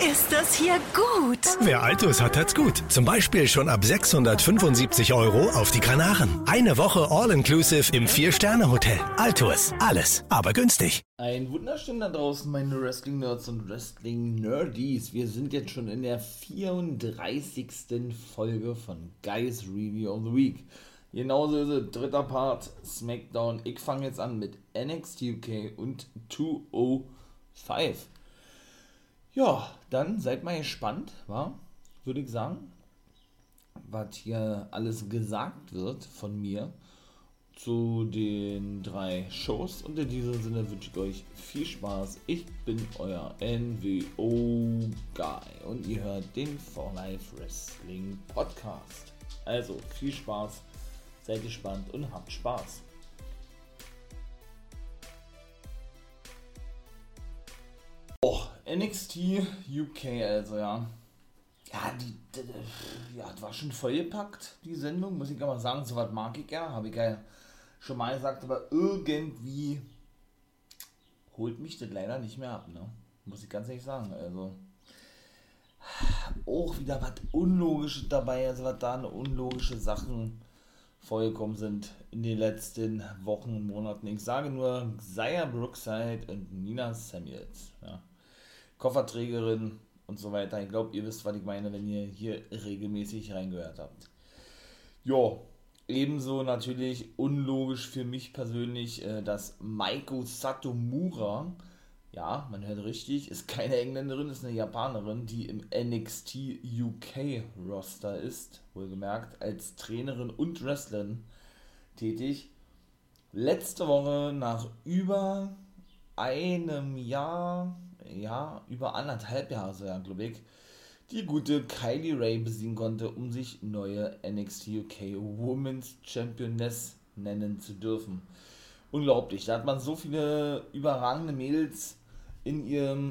Ist das hier gut? Wer Altus hat, hat's gut. Zum Beispiel schon ab 675 € auf die Kanaren. Eine Woche All-Inclusive im 4-Sterne-Hotel. Altus. Alles, aber günstig. Ein wunderschönen da draußen, meine Wrestling-Nerds und Wrestling-Nerdies. Wir sind jetzt schon in der 34. Folge von Guys Review of the Week. Genauso ist es, dritter Part, SmackDown. Ich fange jetzt an mit NXT UK und 205. Ja, dann seid mal gespannt, würde ich sagen, was hier alles gesagt wird von mir zu den 3 Shows. Und in diesem Sinne wünsche ich euch viel Spaß. Ich bin euer NWO-Guy und ihr hört den For Life Wrestling Podcast. Also viel Spaß, seid gespannt und habt Spaß. NXT UK, also ja. Ja, das war schon vollgepackt, die Sendung, muss ich aber sagen, so was mag ich ja, habe ich ja schon mal gesagt, aber irgendwie holt mich das leider nicht mehr ab, ne? Muss ich ganz ehrlich sagen, also auch wieder was Unlogisches dabei, also was da unlogische Sachen vorgekommen sind in den letzten Wochen und Monaten. Ich sage nur Xia Brookside und Nina Samuels, ja. Kofferträgerin und so weiter. Ich glaube, ihr wisst, was ich meine, wenn ihr hier regelmäßig reingehört habt. Jo, ebenso natürlich unlogisch für mich persönlich, dass Meiko Satomura, ja, man hört richtig, ist keine Engländerin, ist eine Japanerin, die im NXT UK Roster ist, wohlgemerkt, als Trainerin und Wrestlerin tätig. Letzte Woche nach über einem Jahr, über 1,5 Jahre, so ja, glaube ich, die gute Kylie Ray besiegen konnte, um sich neue NXT UK Women's Championess nennen zu dürfen. Unglaublich, da hat man so viele überragende Mädels in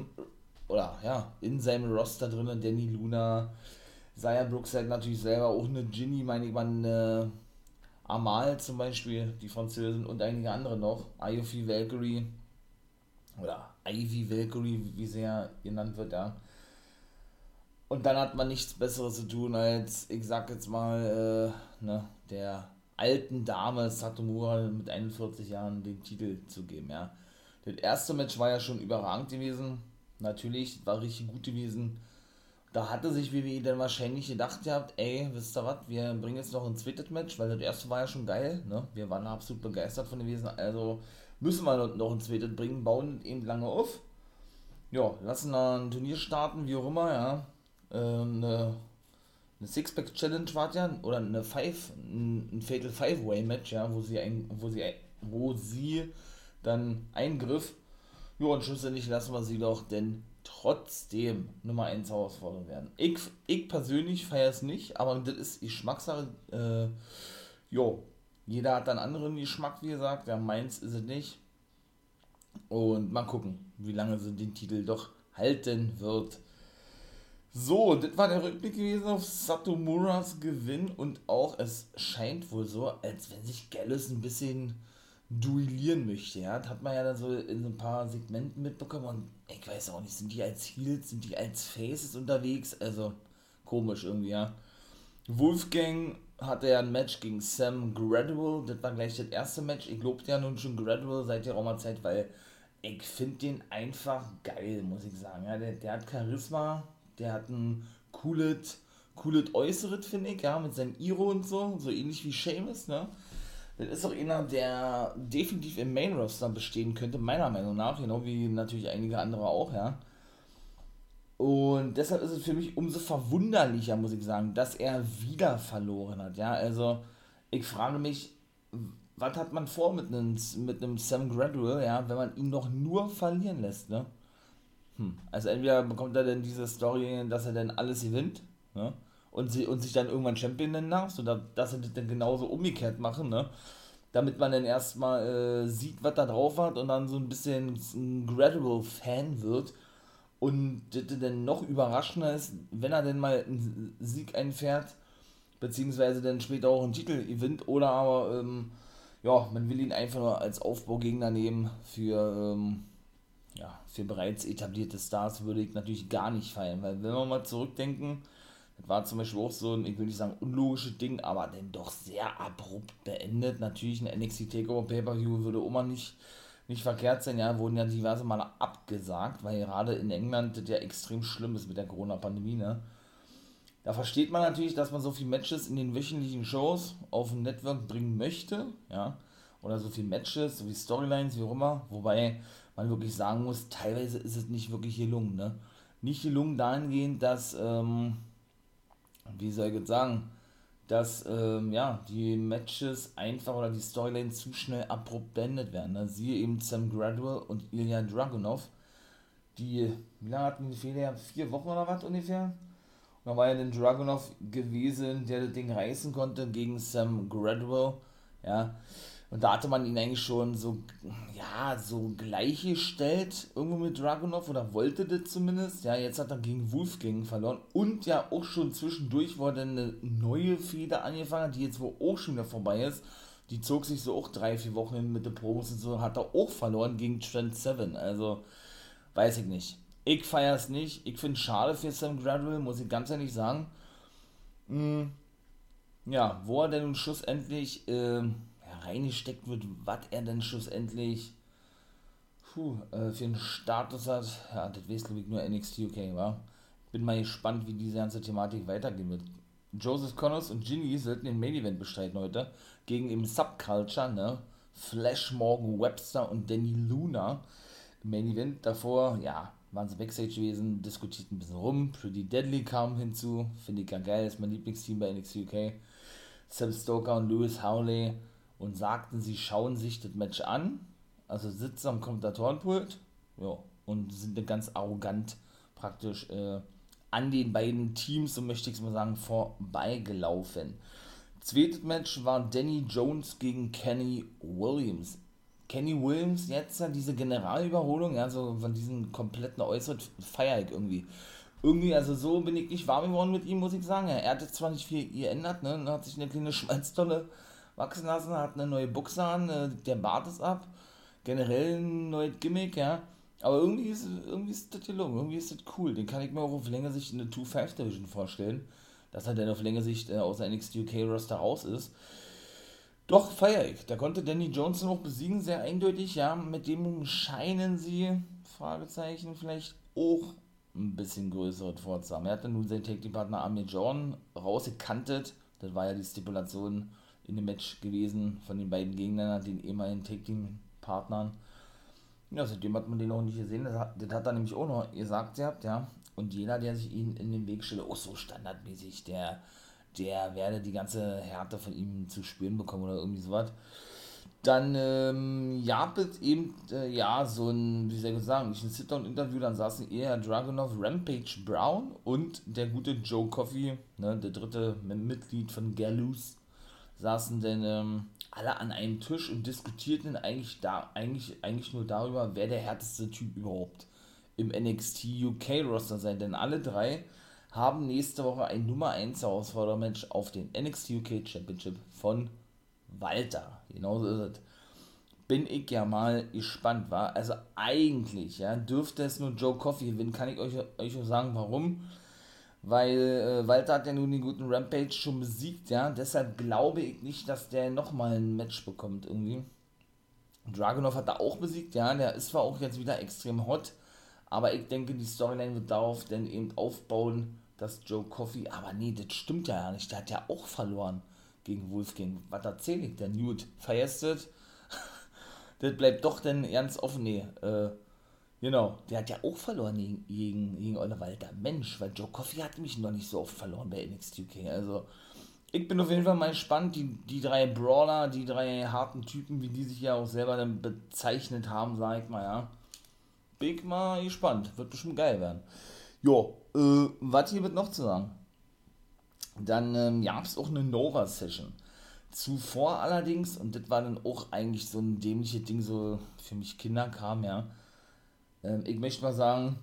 seinem Roster drin, Danny Luna, Xia Brookside natürlich selber, auch eine Ginny, meine ich mal, Amal zum Beispiel, die Französin und einige andere noch, Ivy Valkyrie, oder Ivy Valkyrie, wie sie ja genannt wird, ja. Und dann hat man nichts Besseres zu tun, als, ich sag jetzt mal, der alten Dame Satomura mit 41 Jahren den Titel zu geben, ja. Das erste Match war ja schon überragend gewesen, natürlich, war richtig gut gewesen. Da hatte sich WWE dann wahrscheinlich gedacht gehabt, ey, wisst ihr was, wir bringen jetzt noch ein zweites Match, weil das erste war ja schon geil, ne? Wir waren absolut begeistert von gewesen, also müssen wir noch ein zweites bringen, bauen eben lange auf. Ja, lassen da ein Turnier starten, wie auch immer, ja. Eine Six-Pack-Challenge war ja, oder ein Fatal Five-Way-Match, ja, wo sie dann eingriff. Ja, und schlussendlich lassen wir sie doch denn trotzdem Nummer 1 herausfordern werden. Ich persönlich feiere es nicht, aber das ist Geschmackssache. Jeder hat einen anderen Geschmack, wie gesagt. Ja, meins ist es nicht. Und mal gucken, wie lange sie den Titel doch halten wird. So, das war der Rückblick gewesen auf Satomuras Gewinn. Und auch, es scheint wohl so, als wenn sich Gallus ein bisschen duellieren möchte. Ja? Das hat man ja dann so in so ein paar Segmenten mitbekommen. Und ich weiß auch nicht, sind die als Heels, sind die als Faces unterwegs? Also, komisch irgendwie, ja. Wolfgang hatte ja ein Match gegen Sam Gradual, das war gleich das erste Match. Ich lobte ja nun schon Gradual seit geraumer Zeit, weil ich finde den einfach geil, muss ich sagen. Ja, der hat Charisma, der hat ein cooles Äußeres, finde ich, ja, mit seinem Iro und so ähnlich wie Sheamus, ne. Das ist auch einer, der definitiv im Main-Roster bestehen könnte, meiner Meinung nach, genau wie natürlich einige andere auch, ja. Und deshalb ist es für mich umso verwunderlicher, muss ich sagen, dass er wieder verloren hat. Ja, also ich frage mich, was hat man vor mit einem Sam Gradual, ja, wenn man ihn doch nur verlieren lässt, ne? Also entweder bekommt er denn diese Story, dass er dann alles gewinnt, ne? Und sich dann irgendwann Champion nennen darf, so dass sie das dann genauso umgekehrt machen, ne? Damit man dann erstmal sieht, was da drauf hat und dann so ein bisschen ein Gradual-Fan wird. Und das dann noch überraschender ist, wenn er denn mal einen Sieg einfährt, beziehungsweise dann später auch einen Titel gewinnt, oder aber, man will ihn einfach nur als Aufbaugegner nehmen für für bereits etablierte Stars würde ich natürlich gar nicht feiern, weil wenn wir mal zurückdenken, das war zum Beispiel auch so ein, ich will nicht sagen unlogisches Ding, aber dann doch sehr abrupt beendet. Natürlich ein NXT TakeOver Pay-Per-View würde immer nicht verkehrt sein, ja, wurden ja diverse Male abgesagt, weil gerade in England das ja extrem schlimm ist mit der Corona-Pandemie, ne. Da versteht man natürlich, dass man so viele Matches in den wöchentlichen Shows auf dem Network bringen möchte, ja, oder so viele Matches, so wie Storylines, wie auch immer, wobei man wirklich sagen muss, teilweise ist es nicht wirklich gelungen, ne. Nicht gelungen dahingehend, dass, wie soll ich jetzt sagen, dass die Matches einfach oder die Storylines zu schnell abrupt beendet werden. Ne? Siehe eben Sam Gradwell und Ilya Dragunov, die, wie lange hatten die Fehler? 4 Wochen oder was ungefähr? Und dann war ja dann Dragunov gewesen, der das Ding reißen konnte gegen Sam Gradwell, ja. Und da hatte man ihn eigentlich schon so gleichgestellt irgendwo mit Dragunov oder wollte das zumindest. Ja, jetzt hat er gegen Wolfgang verloren und ja auch schon zwischendurch, wo er dann eine neue Fehde angefangen hat, die jetzt wohl auch schon wieder vorbei ist. Die zog sich so auch 3-4 Wochen hin mit den Promos und so, hat er auch verloren gegen Trent Seven. Also, weiß ich nicht. Ich feiere es nicht. Ich finde es schade für Sam Gradwell, muss ich ganz ehrlich sagen. Ja, wo er denn nun schlussendlich reingesteckt wird, was er denn schlussendlich für einen Status hat, ja, das weiß glaube ich nur NXT UK, wa? Bin mal gespannt, wie diese ganze Thematik weitergehen wird. Joseph Connors und Ginny sollten den Main Event bestreiten heute gegen im Subculture, ne? Flash Morgan Webster und Danny Luna im Main Event. Davor, ja, waren sie Backstage gewesen, diskutierten ein bisschen rum. Pretty Deadly kam hinzu, finde ich ja geil, ist mein Lieblingsteam bei NXT UK. Sam Stoker und Lewis Howley und sagten, sie schauen sich das Match an, also sitzen am Kommentatorenpult, ja, und sind dann ganz arrogant praktisch an den beiden Teams, so möchte ich es mal sagen, vorbeigelaufen. Zweites Match war Danny Jones gegen Kenny Williams. Kenny Williams, jetzt ja diese Generalüberholung, ja, so von diesen kompletten Äußerungen feiere ich irgendwie. Irgendwie, also so bin ich nicht warm geworden mit ihm, muss ich sagen. Er hat jetzt zwar nicht viel geändert, ne, hat sich eine kleine Schmalztolle wachsen lassen, hat eine neue Buchse an, der Bart ist ab, generell ein neues Gimmick, ja. Aber irgendwie ist das gelungen, irgendwie ist das cool. Den kann ich mir auch auf längere Sicht in der 2-5 Division vorstellen, dass er dann auf längere Sicht aus der NXT UK Roster raus ist. Doch, feier ich. Da konnte Danny Johnson auch besiegen, sehr eindeutig, ja. Mit dem scheinen sie, Fragezeichen, vielleicht auch ein bisschen größere Forza haben. Er hatte nun seinen Tag-Team-Partner Amir Jordan rausgekantet. Das war ja die Stipulation in dem Match gewesen von den beiden Gegnern, den ehemaligen Tag-Team-Partnern. Ja, seitdem hat man den auch nicht gesehen. Das hat er nämlich auch noch gesagt gehabt, ja. Und jeder, der sich ihn in den Weg stellt, auch so standardmäßig, der werde die ganze Härte von ihm zu spüren bekommen oder irgendwie sowas. Dann gab es eben, so ein, wie soll ich sagen, nicht ein Sit-Down-Interview, dann saßen eher Dragunov, Rampage Brown und der gute Joe Coffey, ne, der dritte Mitglied von Gallows, saßen dann alle an einem Tisch und diskutierten eigentlich nur darüber, wer der härteste Typ überhaupt im NXT UK Roster sei, denn alle drei haben nächste Woche ein Nummer 1 Herausforderungsmatch auf den NXT UK Championship von Walter. Genauso ist es. Bin ich ja mal gespannt, war. Also eigentlich, ja, dürfte es nur Joe Coffey gewinnen, kann ich euch auch sagen, warum. Weil Walter hat ja nun den guten Rampage schon besiegt, ja. Deshalb glaube ich nicht, dass der nochmal ein Match bekommt irgendwie. Dragunov hat er auch besiegt, ja. Der ist zwar auch jetzt wieder extrem hot, aber ich denke, die Storyline wird darauf dann eben aufbauen, dass Joe Coffey, aber nee, das stimmt ja nicht, der hat ja auch verloren gegen Wolfgang. Was erzähle ich denn? Gut, vergesst das? Das bleibt doch dann ganz offen, nee, genau, der hat ja auch verloren gegen Olle Walter. Mensch, weil Joe Coffey hat mich noch nicht so oft verloren bei NXT UK, also ich bin auf jeden Fall mal gespannt, die drei Brawler, die drei harten Typen, wie die sich ja auch selber dann bezeichnet haben, sag ich mal, ja. Bin ich mal gespannt, wird bestimmt geil werden. Jo, was hier wird noch zu sagen? Dann gab es auch eine Nova-Session. Zuvor allerdings, und das war dann auch eigentlich so ein dämliches Ding, so für mich Kinderkram, ja. Ich möchte mal sagen,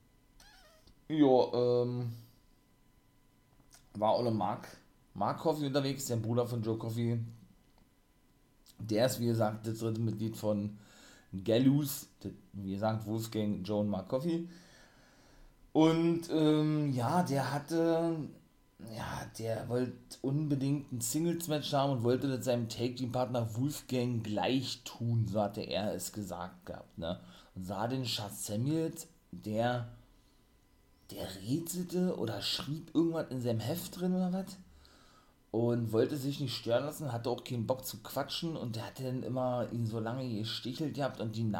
war Ole Mark Coffey unterwegs, der Bruder von Joe Coffey. Der ist, wie gesagt, das dritte Mitglied von Gallows, wie gesagt, Wolfgang Joe und Mark Coffey. Und der wollte unbedingt ein Singles-Match haben und wollte das seinem Take-Team-Partner Wolfgang gleich tun, so hatte er es gesagt gehabt, ne? Und sah den Chad Samuels, der rätselte oder schrieb irgendwas in seinem Heft drin oder was und wollte sich nicht stören lassen, hatte auch keinen Bock zu quatschen und der hatte dann immer ihn so lange gestichelt gehabt und ihn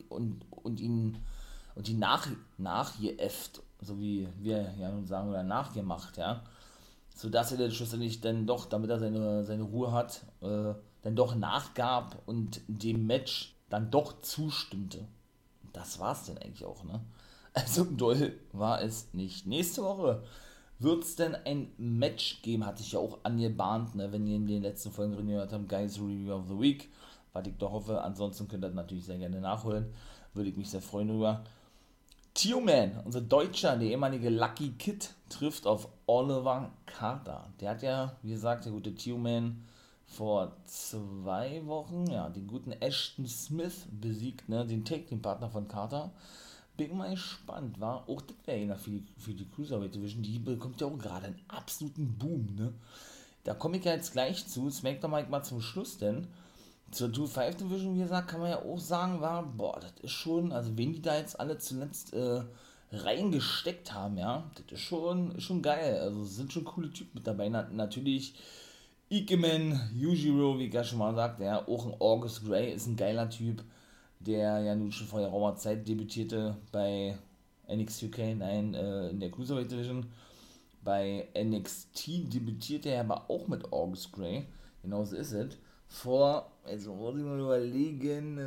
nachgeäfft, so wie wir ja nun sagen, oder nachgemacht, ja, sodass er dann schlussendlich dann doch, damit er seine Ruhe hat, dann doch nachgab und dem Match dann doch zustimmte. Das war's denn eigentlich auch, ne? Also doll war es nicht. Nächste Woche wird es denn ein Match geben, hatte ich ja auch angebahnt, ne, wenn ihr in den letzten Folgen drin gehört habt, Guys Review of the Week, was ich doch hoffe, ansonsten könnt ihr das natürlich sehr gerne nachholen, würde ich mich sehr freuen drüber. Tio-Man, unser Deutscher, der ehemalige Lucky Kid, trifft auf Oliver Carter. Der hat ja, wie gesagt, der gute Tio-Man vor 2 Wochen, ja, den guten Ashton Smith besiegt, ne, den Tag-Team-Partner von Carter. Bin mal gespannt, war auch das wäre einer für die Cruiserweight Division, die bekommt ja auch gerade einen absoluten Boom, ne. Da komme ich ja jetzt gleich zu, Smackdown mal zum Schluss, denn zur 2-5 Division, wie gesagt, kann man ja auch sagen, das ist schon, also wen die da jetzt alle zuletzt reingesteckt haben, ja, das ist schon geil, also sind schon coole Typen mit dabei, natürlich Ikemen, Yujiro, wie ich ja schon mal sagte, ja, auch ein August Gray ist ein geiler Typ, der ja nun schon vor geraumer Zeit debütierte bei NXT UK, in der Cruiserweight Division. Bei NXT debütierte er aber auch mit August Gray, genauso ist es. Jetzt muss ich mal überlegen,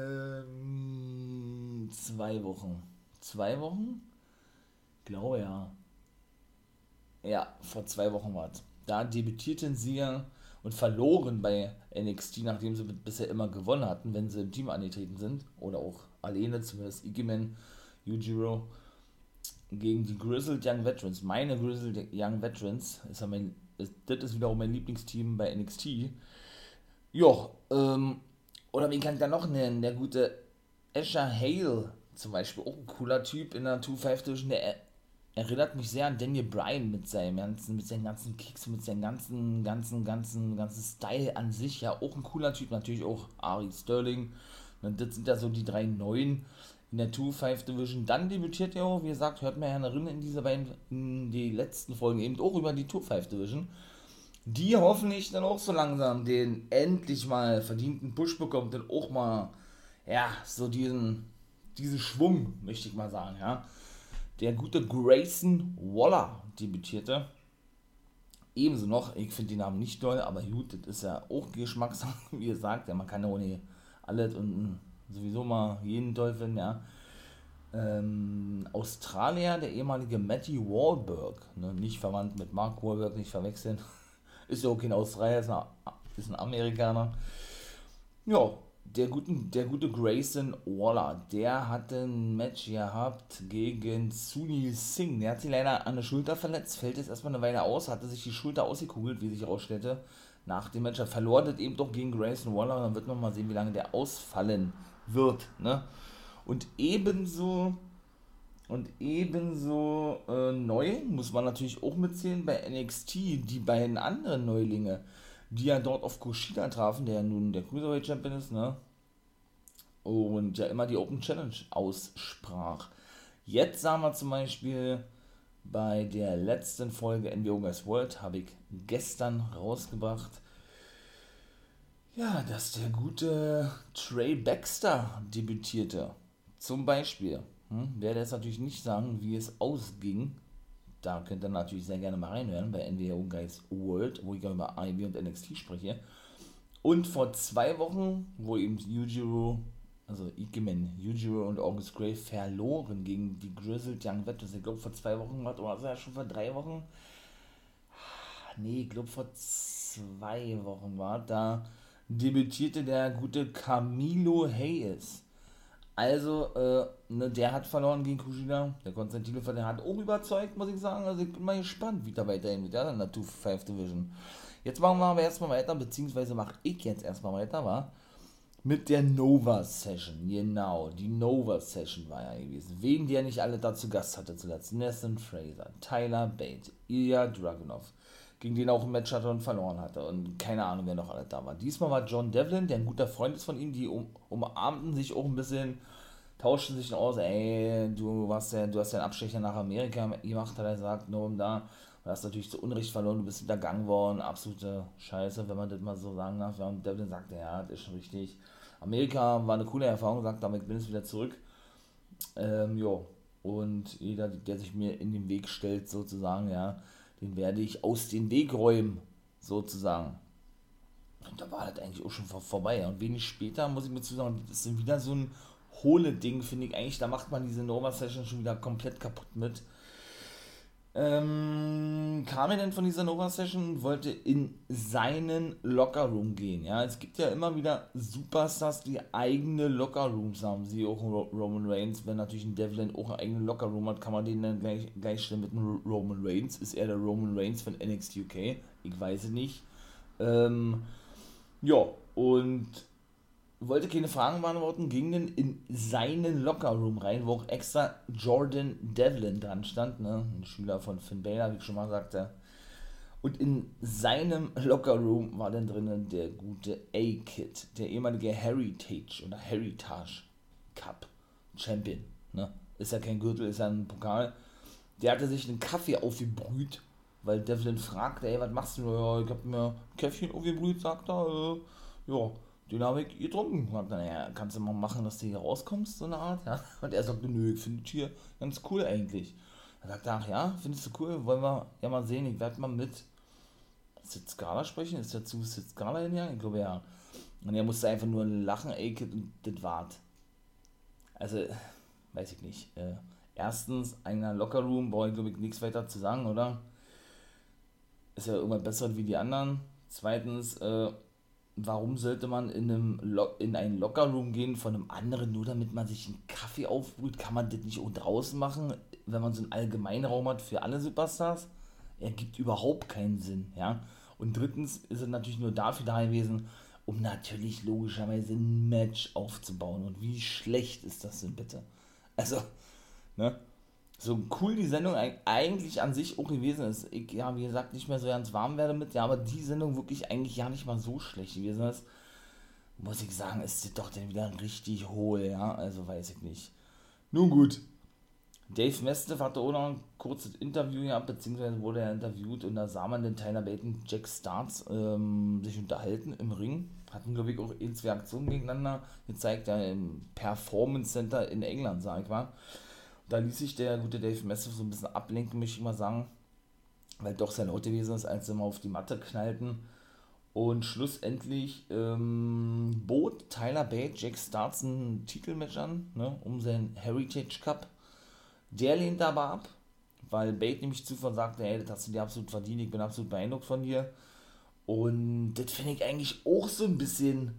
2 Wochen. 2 Wochen? Glaube ja. Ja, vor 2 Wochen war es. Da debütierten sie ja und verloren bei NXT, nachdem sie bisher immer gewonnen hatten, wenn sie im Team angetreten sind. Oder auch alleine, zumindest Ikemen, Yujiro, gegen die Grizzled Young Veterans. Meine Grizzled Young Veterans, das ist wiederum mein Lieblingsteam bei NXT. Ja, oder wen kann ich da noch nennen? Der gute Asher Hale, zum Beispiel, auch ein cooler Typ in der 2-5 Division, der erinnert mich sehr an Daniel Bryan mit seinen ganzen Kicks, mit seinem ganzen Style an sich, ja, auch ein cooler Typ, natürlich auch Ari Sterling, und das sind ja so die 3 Neuen in der 2-5 Division. Dann debütiert er auch, wie gesagt, hört mir ja erinnern in die letzten Folgen eben auch über die 2-5 Division, die hoffentlich dann auch so langsam den endlich mal verdienten Push bekommt und auch mal, ja, so diesen Schwung, möchte ich mal sagen, ja. Der gute Grayson Waller debütierte. Ebenso noch, ich finde den Namen nicht toll, aber gut, das ist ja auch Geschmackssache, wie gesagt, ja, man kann ja ohne alles und sowieso mal jeden toll finden, ja. Australier, der ehemalige Matty Wahlberg, ne, nicht verwandt mit Mark Wahlberg, nicht verwechseln, ist ja auch kein Australier, ist ein Amerikaner. Ja, der gute Grayson Waller, der hatte ein Match gehabt gegen Sunil Singh. Der hat sich leider an der Schulter verletzt, fällt jetzt erstmal eine Weile aus, hatte sich die Schulter ausgekugelt, wie sich herausstellte. Nach dem Match, er verlor das eben doch gegen Grayson Waller, dann wird man mal sehen, wie lange der ausfallen wird, ne? Und ebenso neu, muss man natürlich auch mitzählen, bei NXT, die beiden anderen Neulinge, die ja dort auf Kushida trafen, der ja nun der Cruiserweight Champion ist, ne? Und ja immer die Open Challenge aussprach. Jetzt sagen wir zum Beispiel bei der letzten Folge NWO Guys World, habe ich gestern rausgebracht, ja, dass der gute Trey Baxter debütierte. Zum Beispiel. Werde jetzt natürlich nicht sagen, wie es ausging. Da könnt ihr natürlich sehr gerne mal reinhören bei NWO Guys World, wo ich ja über AEW und NXT spreche. Und vor 2 Wochen, wo eben Ikemen, Yujiro und August Gray verloren gegen die Grizzled Young Veterans. Ich glaube vor 2 Wochen war, oder ja schon vor 3 Wochen. Nee, ich glaube vor 2 Wochen war, da debütierte der gute Camilo Hayes. Also, der hat verloren gegen Kushida, der Konstantino, der hat auch überzeugt, muss ich sagen. Also ich bin mal gespannt, wie da weiterhin wird, ja, in der 2-5 Division. Jetzt machen wir aber erstmal weiter, beziehungsweise mache ich jetzt erstmal weiter, mit der Nova Session, genau, die Nova Session war ja gewesen. Wen der nicht alle dazu Gast hatte zuletzt. Nathan Fraser, Tyler Bate, Ilya Dragunov, gegen den auch ein Match hatte und verloren hatte. Und keine Ahnung, wer noch alle da war. Diesmal war John Devlin, der ein guter Freund ist von ihm, die umarmten sich auch ein bisschen, tauschten sich aus, ey, du hast ja einen Abstecher nach Amerika gemacht, hat er gesagt, nur um da. Du hast natürlich zu Unrecht verloren, du bist hintergangen worden, absolute Scheiße, wenn man das mal so sagen darf. Und Devlin sagte, ja, das ist schon richtig. Amerika war eine coole Erfahrung, sagt, damit bin ich wieder zurück. Ja, und jeder, der sich mir in den Weg stellt, sozusagen, ja, den werde ich aus dem Weg räumen, sozusagen. Und da war das eigentlich auch schon vorbei. Und wenig später, muss ich mir zu sagen, das ist wieder so ein hohle Ding, finde ich eigentlich, da macht man diese Nova Session schon wieder komplett kaputt mit. Kam er denn von dieser Nova Session und wollte in seinen Lockerroom gehen. Ja, es gibt ja immer wieder Superstars, die eigene Lockerrooms haben. Sie auch Roman Reigns, wenn natürlich ein Devlin auch einen eigenen Lockerroom hat, kann man den dann gleichstellen mit einem Roman Reigns. Ist er der Roman Reigns von NXT UK? Ich weiß es nicht. Ja, und wollte keine Fragen beantworten, ging dann in seinen Lockerroom rein, wo auch extra Jordan Devlin dran stand, ne? Ein Schüler von Finn Balor, wie ich schon mal sagte. Und in seinem Lockerroom war dann drinnen der gute A-Kid, der ehemalige Heritage Cup Champion. Ne? Ist ja kein Gürtel, ist ja ein Pokal. Der hatte sich einen Kaffee aufgebrüht, weil Devlin fragte, ey, was machst du? Ja, ich hab mir ein Käffchen aufgebrüht, sagt er, ja. Den habe ich getrunken. Sagt dann, ja, kannst du mal machen, dass du hier rauskommst, so eine Art, ja. Und er sagte, nö, ich finde es hier ganz cool eigentlich. Er sagte, ach ja, findest du cool, wollen wir ja mal sehen, ich werde mal mit Sid Scala sprechen, ist dazu Sid Scala hin, ja? Ich glaube, ja. Und er musste einfach nur lachen, ey, und das war's. Also, weiß ich nicht. Erstens, eigener Lockerroom, brauche ich, glaube ich, nichts weiter zu sagen, oder? Ist ja irgendwann besser wie die anderen. Zweitens, warum sollte man in einen Lockerroom gehen von einem anderen, nur damit man sich einen Kaffee aufbrüht? Kann man das nicht auch draußen machen, wenn man so einen Allgemeinraum hat für alle Superstars? Ergibt überhaupt keinen Sinn, ja. Und drittens ist es natürlich nur dafür da gewesen, um natürlich logischerweise ein Match aufzubauen. Und wie schlecht ist das denn bitte? Also, ne? So cool die Sendung eigentlich an sich auch gewesen ist. Ich, ja, wie gesagt, nicht mehr so ganz warm werde mit, ja, aber die Sendung wirklich eigentlich ja nicht mal so schlecht gewesen ist. Muss ich sagen, ist sie doch dann wieder richtig hohl, ja, also weiß ich nicht. Nun gut. Dave Mestev hatte auch noch ein kurzes Interview gehabt, beziehungsweise wurde er interviewt und da sah man den Tyler Bate und Jack Starks sich unterhalten im Ring. Hatten, glaube ich, auch zwei Aktionen gegeneinander gezeigt, ja, im Performance Center in England, sag ich mal. Da ließ sich der gute Dave Mestev so ein bisschen ablenken, möchte ich mal sagen, weil doch sehr laut gewesen ist, als sie mal auf die Matte knallten. Und schlussendlich bot Tyler Bate Jack Starks ein Titelmatch an, ne, um seinen Heritage Cup. Der lehnte aber ab, weil Bate nämlich zuvor sagte, hey, das hast du dir absolut verdient, ich bin absolut beeindruckt von dir. Und das finde ich eigentlich auch so ein bisschen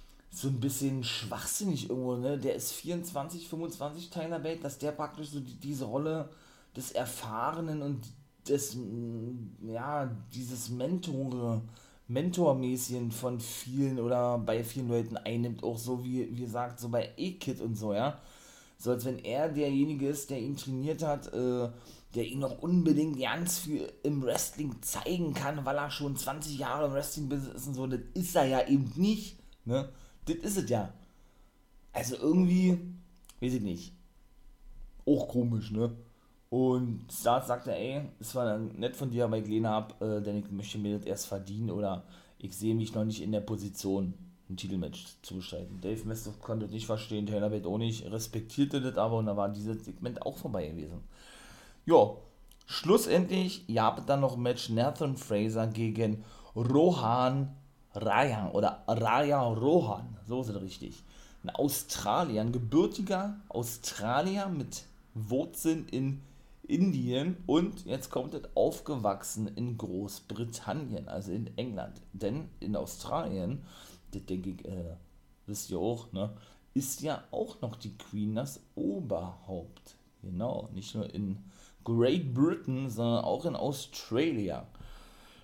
schwachsinnig irgendwo, ne? Der ist 24, 25, Tyler Bate, dass der praktisch so diese Rolle des Erfahrenen und des, ja, dieses Mentormäßigen von vielen oder bei vielen Leuten einnimmt, auch so wie gesagt, so bei A-Kid und so, ja. So als wenn er derjenige ist, der ihn trainiert hat, der ihn noch unbedingt ganz viel im Wrestling zeigen kann, weil er schon 20 Jahre im Wrestling-Business ist und so, das ist er ja eben nicht, ne? Das ist es ja. Also irgendwie, weiß ich nicht, auch komisch, ne? Und Stars sagte, ey, es war nett von dir, aber ich lehne ab, denn ich möchte mir das erst verdienen oder ich sehe mich noch nicht in der Position, ein Titelmatch zu bestreiten. Dave Mestev konnte das nicht verstehen, Tyler Bate auch nicht, respektierte das aber und da war dieses Segment auch vorbei gewesen. Ja, schlussendlich gab es dann noch ein Match Nathan Fraser gegen Rohan Raya oder Raya Rohan, so ist es richtig. Ein Australier, ein gebürtiger Australier mit Wurzeln in Indien und jetzt kommt es aufgewachsen in Großbritannien, also in England. Denn in Australien, das denke ich, wisst ihr auch, ne, ist ja auch noch die Queen das Oberhaupt. Genau, nicht nur in Great Britain, sondern auch in Australia.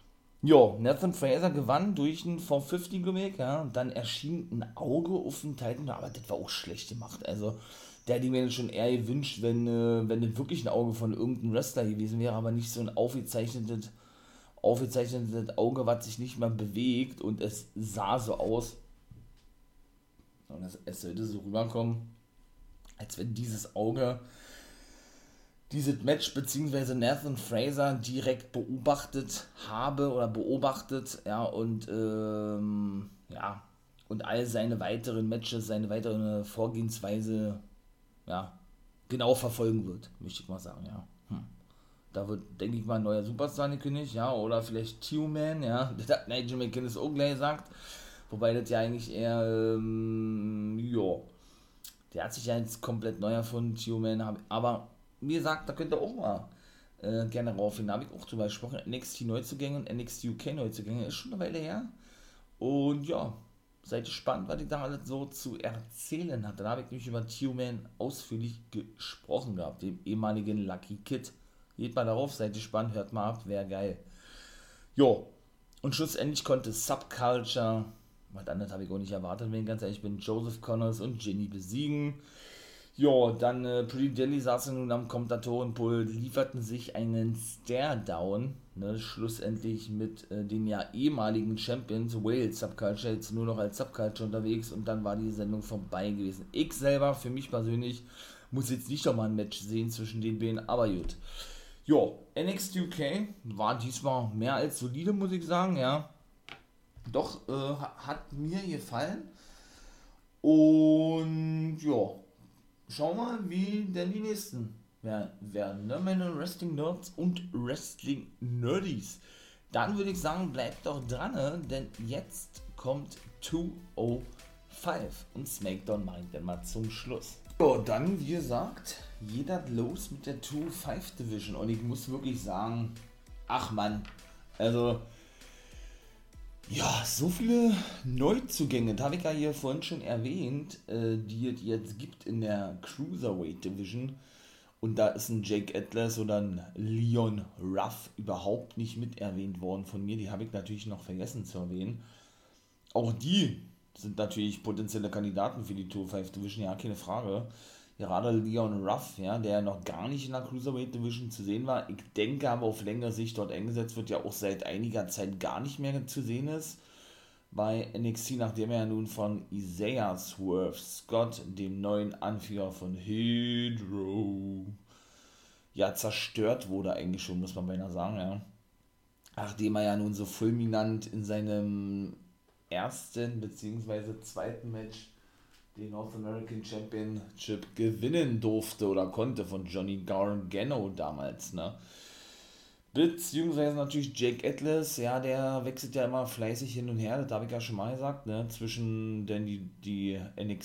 Ja, Nathan Fraser gewann durch ein 450-Gimmick, ja, und dann erschien ein Auge auf dem Titan, aber das war auch schlecht gemacht. Also, der hätte ich mir schon eher gewünscht, wenn das wirklich ein Auge von irgendeinem Wrestler gewesen wäre, aber nicht so ein aufgezeichnetes Auge, was sich nicht mal bewegt und es sah so aus. Und es sollte so rüberkommen, als wenn dieses Auge dieses Match bzw. Nathan Fraser direkt beobachtet habe oder beobachtet, ja, und ja, und all seine weiteren Matches, seine weitere Vorgehensweise, ja, genau verfolgen wird, möchte ich mal sagen, ja. Da wird, denke ich mal, ein neuer Superstar angekündigt, ja, oder vielleicht T-Man, ja, das hat Nigel McGuinness auch gleich gesagt, wobei das ja eigentlich eher, ja, der hat sich ja jetzt komplett neu erfunden, T-Man, aber wie gesagt, da könnt ihr auch mal gerne rauf hin. Da habe ich auch drüber gesprochen. NXT Neuzugänge und NXT UK Neuzugänge ist schon eine Weile her. Und ja, seid gespannt, was ich da alles so zu erzählen hatte. Da habe ich nämlich über T-Man ausführlich gesprochen gehabt, dem ehemaligen Lucky Kid. Geht mal darauf, seid gespannt, hört mal ab, wäre geil. Jo, und schlussendlich konnte Subculture, was anderes habe ich auch nicht erwartet, wenn ich ganz ehrlich bin, Joseph Connors und Jenny besiegen. Ja, dann Pretty Deadly saßen nun am Kommentatorenpult, lieferten sich einen Stare-Down, ne, schlussendlich mit den ja ehemaligen Champions, Wales Subculture, jetzt nur noch als Subculture unterwegs und dann war die Sendung vorbei gewesen. Ich selber, für mich persönlich, muss jetzt nicht nochmal ein Match sehen zwischen den beiden, aber gut. Ja, NXT UK war diesmal mehr als solide, muss ich sagen, ja. Doch, hat mir gefallen und ja, schau mal, wie denn die nächsten werden, ne? Meine Wrestling-Nerds und Wrestling-Nerdies. Dann würde ich sagen, bleibt doch dran, ne? Denn jetzt kommt 205 und SmackDown mache ich dann mal zum Schluss. So, dann, wie gesagt, jeder los mit der 205 Division und ich muss wirklich sagen, ach Mann, also ja, so viele Neuzugänge, das habe ich ja hier vorhin schon erwähnt, die es jetzt gibt in der Cruiserweight Division. Und da ist ein Jake Atlas oder ein Leon Ruff überhaupt nicht mit erwähnt worden von mir. Die habe ich natürlich noch vergessen zu erwähnen. Auch die sind natürlich potenzielle Kandidaten für die 205 Division, ja, keine Frage. Gerade Leon Ruff, ja, der noch gar nicht in der Cruiserweight Division zu sehen war. Ich denke aber auf längere Sicht dort eingesetzt wird, ja auch seit einiger Zeit gar nicht mehr zu sehen ist. Bei NXT, nachdem er ja nun von Isaiah Swerve Scott, dem neuen Anführer von Hydro, ja, zerstört wurde eigentlich schon, muss man beinahe sagen, ja. Nachdem er ja nun so fulminant in seinem ersten bzw. zweiten Match den North American Championship gewinnen durfte oder konnte von Johnny Gargano damals, ne? Beziehungsweise natürlich Jake Atlas, ja, der wechselt ja immer fleißig hin und her, das habe ich ja schon mal gesagt, ne? Zwischen denn die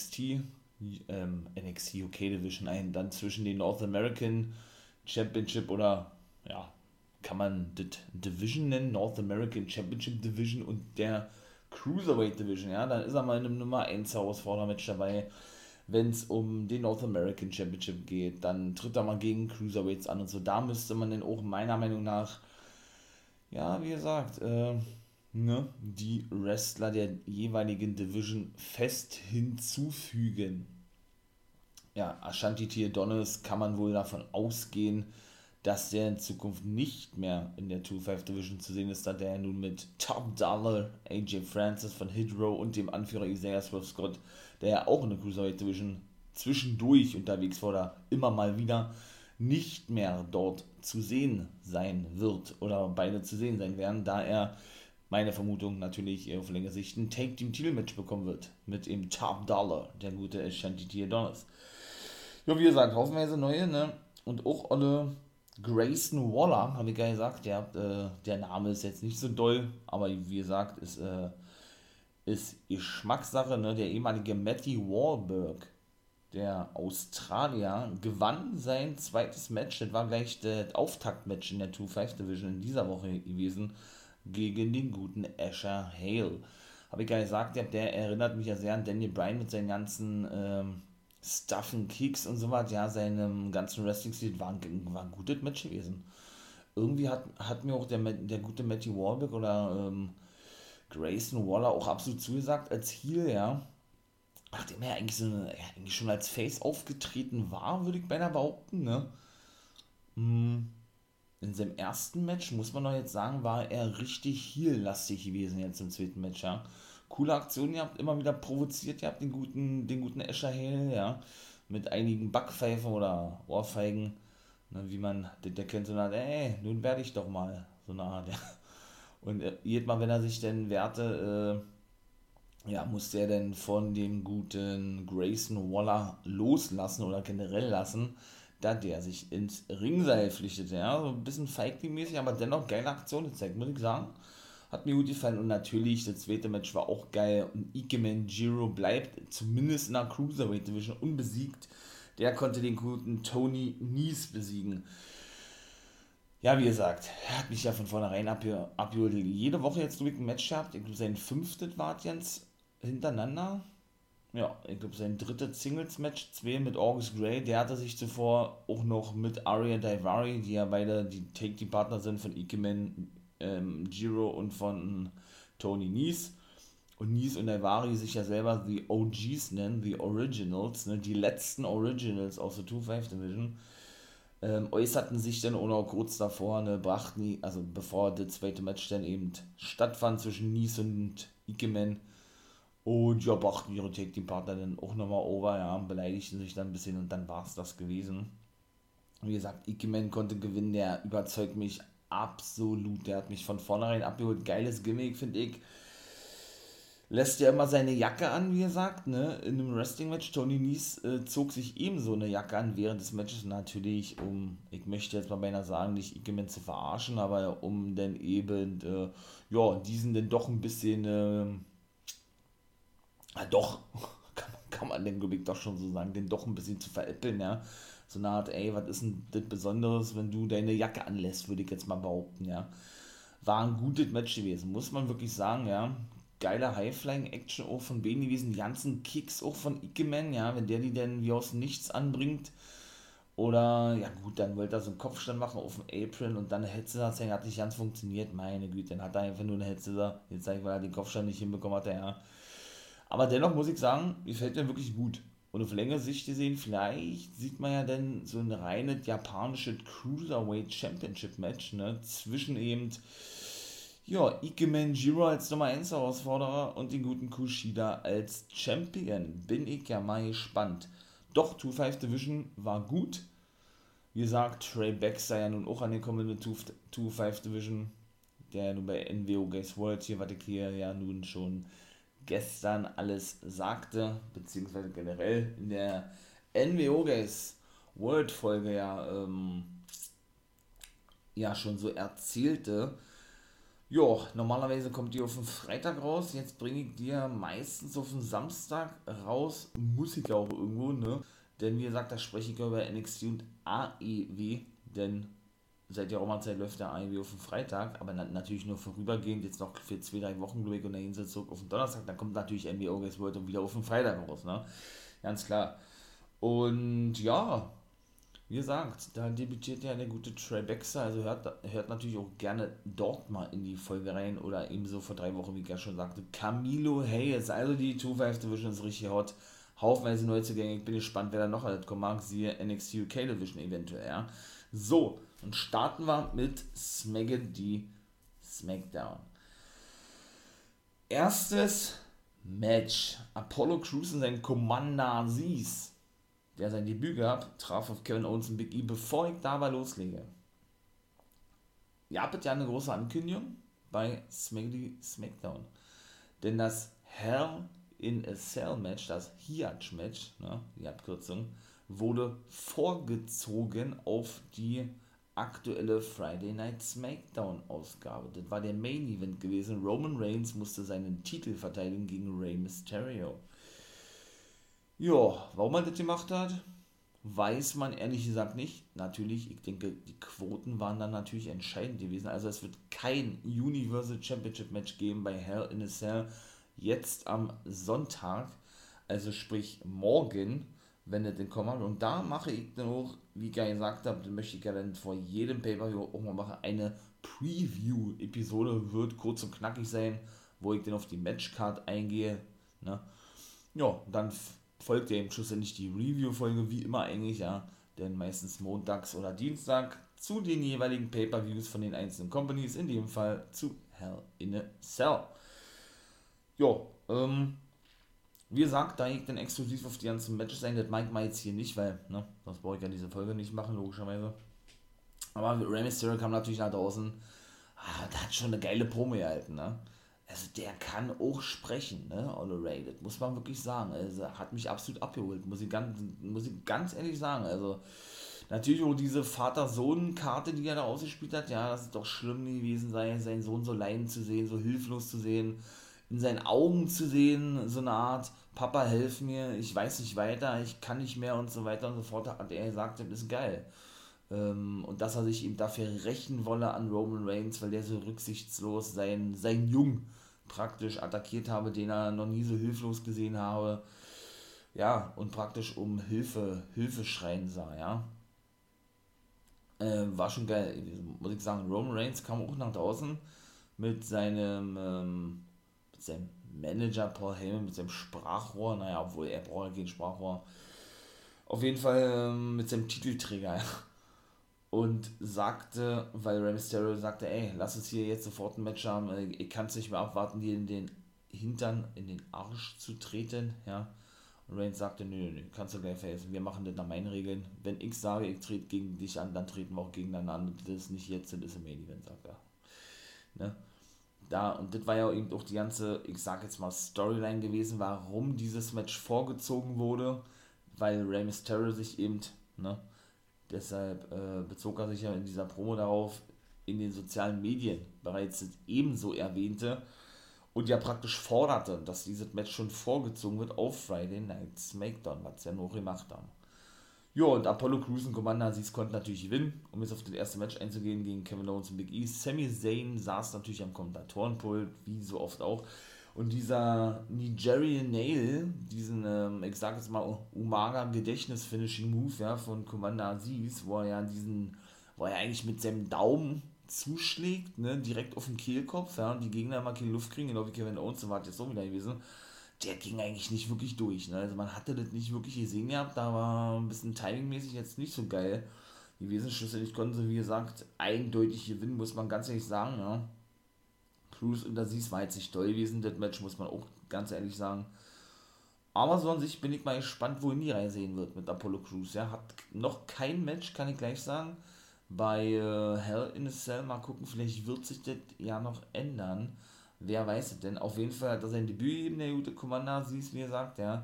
NXT UK Division ein, dann zwischen den North American Championship oder, ja, kann man das Division nennen, North American Championship Division und der Cruiserweight Division, ja, dann ist er mal in einem Nummer 1 Herausfordermatch dabei. Wenn es um den North American Championship geht, dann tritt er mal gegen Cruiserweights an und so. Da müsste man dann auch meiner Meinung nach, ja, wie gesagt, ne, die Wrestler der jeweiligen Division fest hinzufügen. Ja, Ashanti Theodonis kann man wohl davon ausgehen, dass der in Zukunft nicht mehr in der 2-5 Division zu sehen ist, da der nun mit Top Dollar, AJ Francis von Hydro und dem Anführer Isaiah Swerve Scott, der ja auch in der Cruiserweight Division zwischendurch unterwegs war, oder immer mal wieder nicht mehr dort zu sehen sein wird oder beide zu sehen sein werden, da er, meine Vermutung natürlich auf längere Sicht, ein Take-Team-Titel-Match bekommen wird mit dem Top Dollar, der gute Ashanti Theodonis. Ja, wie gesagt, haufenweise neue, ne, und auch alle Grayson Waller, habe ich ja gesagt, der Name ist jetzt nicht so doll, aber wie gesagt, ist Geschmackssache, ne? Der ehemalige Matthew Wahlberg, der Australier, gewann sein zweites Match, das war gleich das Auftaktmatch in der 2-5 Division in dieser Woche gewesen, gegen den guten Asher Hale. Habe ich ja gesagt, der erinnert mich ja sehr an Daniel Bryan mit seinen ganzen Stuffen, Kicks und so was, ja, seinem ganzen Wrestling-Stil war ein gutes Match gewesen. irgendwie hat mir auch der gute Matthew Warbeck oder Grayson Waller auch absolut zugesagt als Heel, ja. Nachdem er eigentlich eigentlich schon als Face aufgetreten war, würde ich beinahe behaupten, ne? In seinem ersten Match, muss man doch jetzt sagen, war er richtig heel-lastig gewesen jetzt im zweiten Match, ja. Coole Aktion, ihr habt immer wieder provoziert, ihr habt den guten Asher Hale, ja, mit einigen Backpfeifen oder Ohrfeigen, ne, wie man, der kennt so eine Art, ey, nun werde ich doch mal, so eine Art, ja. Und jedes Mal, wenn er sich denn wehrte, ja, musste er denn von dem guten Grayson Waller loslassen oder generell lassen, da der sich ins Ringseil pflichtete. Ja, so ein bisschen feigling-mäßig, aber dennoch geile Aktion gezeigt, muss ich sagen. Hat mir gut gefallen und natürlich, das zweite Match war auch geil und Ikemen Jiro bleibt zumindest in der Cruiserweight Division unbesiegt. Der konnte den guten Tony Nese besiegen. Ja, wie gesagt, er hat mich ja von vornherein abgeholt. Jede Woche jetzt ein Match gehabt. Ich glaube, sein fünftes war jetzt hintereinander. Ja, ich glaube, sein drittes Singles-Match, 2 mit August Grey, der hatte sich zuvor auch noch mit Aria Daivari, die ja beide die Take-Team-Partner sind von Ikemen Jiro und von Tony Nese. Und Nese und Daivari sich ja selber die OGs nennen, die Originals, ne, die letzten Originals aus der 2-5 Division. Äußerten sich dann auch noch kurz davor, ne, also bevor das zweite Match dann eben stattfand zwischen Nese und Ikemen. Und ja, brachten ihre Tag-Team-Partner dann auch nochmal over, ja, beleidigten sich dann ein bisschen und dann war es das gewesen. Wie gesagt, Ikemen konnte gewinnen, der überzeugt mich absolut, der hat mich von vornherein abgeholt, geiles Gimmick, finde ich. Lässt ja immer seine Jacke an, wie gesagt, ne, in einem Wrestling-Match. Tony Nese zog sich ebenso eine Jacke an während des Matches, natürlich, ich möchte jetzt mal beinahe sagen, nicht Ikemen zu verarschen, aber um dann eben, ja, diesen dann doch ein bisschen, doch, kann man den glaube ich doch schon so sagen, den doch ein bisschen zu veräppeln, ja. So eine Art, ey, was ist denn das Besonderes, wenn du deine Jacke anlässt, würde ich jetzt mal behaupten, ja. War ein gutes Match gewesen, muss man wirklich sagen, ja. Geile High-Flying-Action auch von beiden gewesen, die ganzen Kicks auch von Ikemen, ja, wenn der die denn wie aus nichts anbringt. Oder, ja gut, dann wollte er so einen Kopfstand machen auf dem Apron und dann eine Headset hat nicht ganz funktioniert, meine Güte, dann hat er einfach nur eine Headset, jetzt sag ich, weil er den Kopfstand nicht hinbekommen hat, ja. Aber dennoch muss ich sagen, gefällt mir wirklich gut. Und auf längere Sicht gesehen, vielleicht sieht man ja dann so ein reines japanisches Cruiserweight Championship Match, ne, zwischen eben, ja, Ikemen Jiro als Nummer 1 Herausforderer und den guten Kushida als Champion. Bin ich ja mal gespannt. Doch, 2-5 Division war gut. Wie gesagt, Trey Baxter ja nun auch angekommen in der 2-5 Division, der nun bei NWO Guys World hier, was ich hier ja nun schon gestern alles sagte, beziehungsweise generell in der NWO Guys World Folge ja schon so erzählte. Jo, normalerweise kommt die auf den Freitag raus, jetzt bringe ich dir meistens auf den Samstag raus, muss ich ja auch irgendwo, ne? Denn wie gesagt, da spreche ich über NXT und AEW, denn seit der Roma-Zeit läuft der AEW auf den Freitag, aber natürlich nur vorübergehend, jetzt noch für 2-3 Wochen, glaube ich, und dahin zurück auf den Donnerstag, dann kommt natürlich NWO Guys World und wieder auf den Freitag raus, ne? Ganz klar. Und ja, wie gesagt, da debütiert ja der gute Trey Baxter, also hört natürlich auch gerne dort mal in die Folge rein oder ebenso vor 3 Wochen, wie ich ja schon sagte, Camilo Hayes, also die 2-5 Division ist richtig hot, haufenweise Neuzugänge, ich bin gespannt, wer da noch alles kommen mag, siehe NXT UK Division eventuell, ja. So, und starten wir mit SmackDown. Erstes Match, Apollo Crews und sein Commander Aziz, der sein Debüt gehabt, traf auf Kevin Owens und Big E, bevor ich dabei loslege. Ihr habt ja eine große Ankündigung bei SmackDown. Denn das Hell in a Cell Match, das Hiatch Match, ne, die Abkürzung, wurde vorgezogen auf die aktuelle Friday Night SmackDown Ausgabe. Das war der Main Event gewesen. Roman Reigns musste seinen Titel verteidigen gegen Rey Mysterio. Ja, warum er das gemacht hat, weiß man ehrlich gesagt nicht. Natürlich, ich denke, die Quoten waren dann natürlich entscheidend gewesen. Also es wird kein Universal Championship Match geben bei Hell in a Cell jetzt am Sonntag. Also sprich morgen wenn das denn kommt. Und da mache ich dann auch, wie ich ja gesagt habe, dann möchte ich ja dann vor jedem Pay-Per-View auch mal machen, eine Preview-Episode, wird kurz und knackig sein, wo ich dann auf die Matchcard eingehe, ne? Ja, dann folgt ja eben schlussendlich die Review-Folge, wie immer eigentlich, ja, denn meistens montags oder Dienstag zu den jeweiligen Pay-Per-Views von den einzelnen Companies, in dem Fall zu Hell in a Cell. Jo, wie gesagt, da ich dann exklusiv auf die ganzen Matches ein, das meint man jetzt hier nicht, weil, ne, sonst brauche ich ja diese Folge nicht machen, logischerweise. Aber Rey Mysterio kam natürlich nach draußen, der hat schon eine geile Promo gehalten, ne. Also der kann auch sprechen, ne, Ole Ray, das muss man wirklich sagen. Also hat mich absolut abgeholt, muss ich ganz ehrlich sagen. Also natürlich auch diese Vater-Sohn-Karte, die er da ausgespielt hat, ja, das ist doch schlimm gewesen, seinen Sohn so leidend zu sehen, so hilflos zu sehen, in seinen Augen zu sehen, so eine Art, Papa, helf mir, ich weiß nicht weiter, ich kann nicht mehr und so weiter und so fort, hat er gesagt, das ist geil. Und dass er sich eben dafür rächen wolle an Roman Reigns, weil der so rücksichtslos sein Jung praktisch attackiert habe, den er noch nie so hilflos gesehen habe, ja, und praktisch um Hilfe schreien sah, ja. War schon geil, muss ich sagen. Roman Reigns kam auch nach draußen mit seinem Manager Paul Heyman, mit seinem Sprachrohr, naja, obwohl er braucht ja kein Sprachrohr. Auf jeden Fall mit seinem Titelträger, ja. Und sagte, weil Rey Mysterio sagte, ey, lass uns hier jetzt sofort ein Match haben, ich kann es nicht mehr abwarten, dir in den Hintern, in den Arsch zu treten, ja. Und Reigns sagte, nö, kannst du gleich vergessen, wir machen das nach meinen Regeln. Wenn ich sage, ich trete gegen dich an, dann treten wir auch gegeneinander an. Das ist nicht jetzt, das ist im Main Event, sagt er. Ne? Und das war ja eben auch die ganze, ich sag jetzt mal, Storyline gewesen, warum dieses Match vorgezogen wurde, weil Rey Mysterio sich eben, ne, deshalb bezog er sich ja in dieser Promo darauf, in den sozialen Medien bereits ebenso erwähnte und ja praktisch forderte, dass dieses Match schon vorgezogen wird auf Friday Night SmackDown, was sie ja noch gemacht haben. Ja, und Apollo Crews und Commander Aziz konnten natürlich gewinnen, um jetzt auf das erste Match einzugehen gegen Kevin Owens und Big E. Sami Zayn saß natürlich am Kommentatorenpult, wie so oft auch. Und dieser Nigerian Nail, diesen, ich sag jetzt mal, Umaga-Gedächtnis-Finishing-Move, ja, von Commander Aziz, wo er eigentlich mit seinem Daumen zuschlägt, ne, direkt auf den Kehlkopf, ja, und die Gegner immer keine Luft kriegen, genau wie Kevin Owens, so war es jetzt so wieder gewesen. Der ging eigentlich nicht wirklich durch, ne, also man hatte das nicht wirklich gesehen gehabt, da war ein bisschen timingmäßig jetzt nicht so geil gewesen. Schlussendlich konnten sie, wie gesagt, eindeutig gewinnen, muss man ganz ehrlich sagen, ja. Crews und Aziz war jetzt nicht toll gewesen, das Match muss man auch ganz ehrlich sagen. Aber so an sich bin ich mal gespannt, wohin die Reise sehen wird mit Apollo Crews. Ja, hat noch kein Match, kann ich gleich sagen. Bei Hell in a Cell, mal gucken, vielleicht wird sich das ja noch ändern. Wer weiß es denn? Auf jeden Fall hat er sein Debüt gegeben, der gute Commander Aziz, wie gesagt, ja.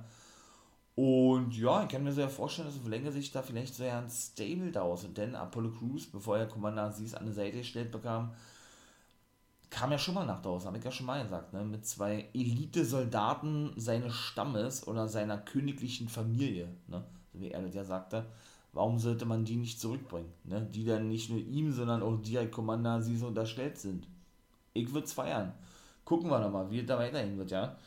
Und ja, ich kann mir so ja vorstellen, dass auf längere Sicht da vielleicht so ja ein Stable daraus ist. Denn Apollo Crews, bevor er Commander Aziz an die Seite gestellt bekam, kam ja schon mal nach draußen, habe ich ja schon mal gesagt, ne? Mit 2 Elite-Soldaten seines Stammes oder seiner königlichen Familie, ne? So wie er das ja sagte. Warum sollte man die nicht zurückbringen, ne? Die dann nicht nur ihm, sondern auch direkt Commander Aziz unterstellt sind. Ich würde es feiern. Gucken wir nochmal, wie es da weiterhin wird, ja.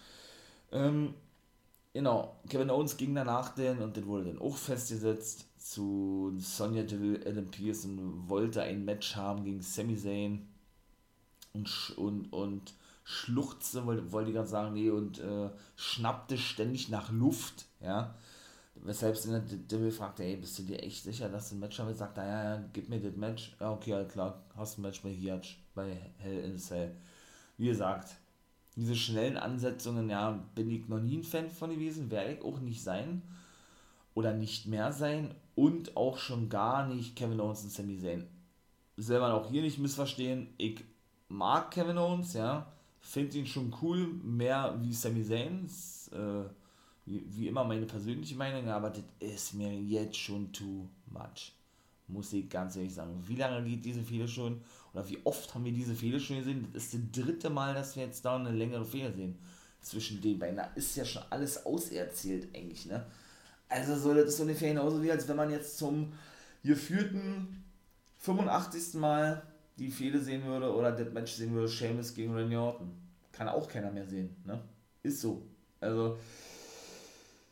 Genau, Kevin Owens ging danach denn, und das wurde dann auch festgesetzt, zu Sonya Deville. Adam Pearson wollte ein Match haben gegen Sami Zayn und schluchzte, wollte ich gerade sagen, nee, und schnappte ständig nach Luft, ja. Weshalb sie Deville fragte, ey, bist du dir echt sicher, dass du ein Match haben willst? Sagt er, ja, gib mir das Match. Ja, okay, halt klar, hast ein Match bei Hiatch, bei Hell in a Cell. Wie gesagt, diese schnellen Ansetzungen, ja, bin ich noch nie ein Fan von gewesen, werde ich auch nicht sein oder nicht mehr sein und auch schon gar nicht Kevin Owens und Sami Zayn. Selber auch hier nicht missverstehen, ich mag Kevin Owens, ja, finde ihn schon cool, mehr wie Sami Zayn, wie immer meine persönliche Meinung, aber das ist mir jetzt schon too much, muss ich ganz ehrlich sagen. Wie lange geht diese Fehde schon, oder wie oft haben wir diese Fehde schon gesehen? Das ist das 3. Mal, dass wir jetzt da eine längere Fehde sehen zwischen den beiden. Da ist ja schon alles auserzählt eigentlich, ne? Also so, das ist so ungefähr genauso wie, als wenn man jetzt zum geführten 85. Mal die Fehde sehen würde oder das Match sehen würde, Sheamus gegen Randy Orton. Kann auch keiner mehr sehen, ne? Ist so. Also,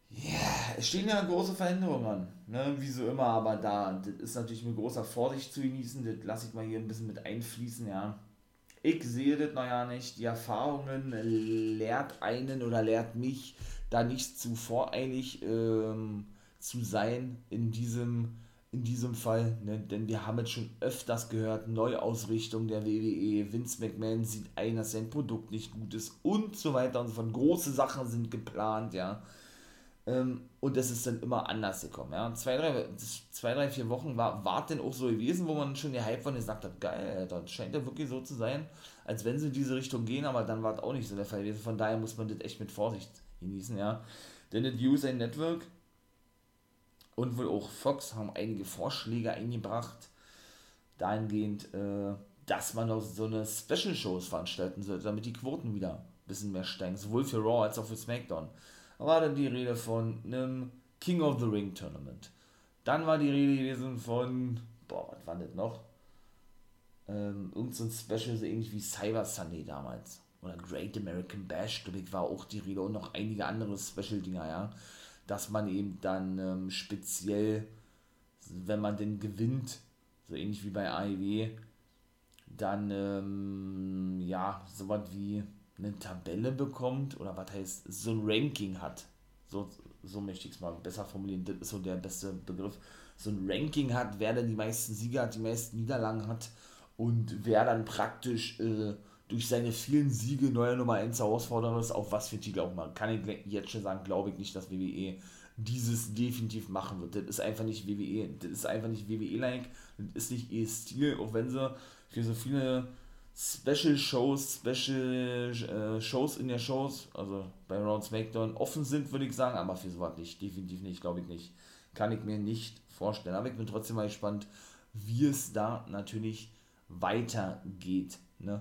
Ja, es stehen ja große Veränderungen an, ne? Wie so immer, aber das ist natürlich mit großer Vorsicht zu genießen, das lasse ich mal hier ein bisschen mit einfließen, ja. Ich sehe das noch ja nicht. Die Erfahrungen lehrt einen oder lehrt mich, da nicht zu voreilig zu sein in diesem Fall. Ne? Denn wir haben jetzt schon öfters gehört, Neuausrichtung der WWE, Vince McMahon sieht ein, dass sein Produkt nicht gut ist und so weiter und so fort. Große Sachen sind geplant, ja. Und das ist dann immer anders gekommen. Ja. 2, 3, 4 Wochen war denn auch so gewesen, wo man schon der Hype von gesagt hat, geil, das scheint ja wirklich so zu sein, als wenn sie in diese Richtung gehen, aber dann war es auch nicht so der Fall gewesen. Von daher muss man das echt mit Vorsicht genießen. Ja. Denn das USA Network und wohl auch Fox haben einige Vorschläge eingebracht, dahingehend, dass man auch so eine Special-Shows veranstalten sollte, damit die Quoten wieder ein bisschen mehr steigen, sowohl für Raw als auch für SmackDown. Da war dann die Rede von einem King of the Ring Tournament. Dann war die Rede gewesen von, was war das noch? Irgend so ein Special, so ähnlich wie Cyber Sunday damals. Oder Great American Bash, glaube ich, war auch die Rede und noch einige andere Special-Dinger, ja. Dass man eben dann speziell, wenn man denn gewinnt, so ähnlich wie bei AEW, dann, ja, sowas wie eine Tabelle bekommt oder was heißt, so ein Ranking hat. So möchte ich es mal besser formulieren, das ist so der beste Begriff. So ein Ranking hat, wer denn die meisten Siege hat, die meisten Niederlagen hat und wer dann praktisch durch seine vielen Siege neuer Nummer 1 Herausforderer ist, auf was für Titel auch mal. Kann ich jetzt schon sagen, glaube ich nicht, dass WWE dieses definitiv machen wird. Das ist einfach nicht WWE, das ist einfach nicht WWE-like, das ist nicht ihr Stil, auch wenn sie für so viele Shows in der Shows, also bei Raw und SmackDown, offen sind, würde ich sagen, aber für sowas nicht, definitiv nicht, glaube ich nicht. Kann ich mir nicht vorstellen. Aber ich bin trotzdem mal gespannt, wie es da natürlich weitergeht. Ne?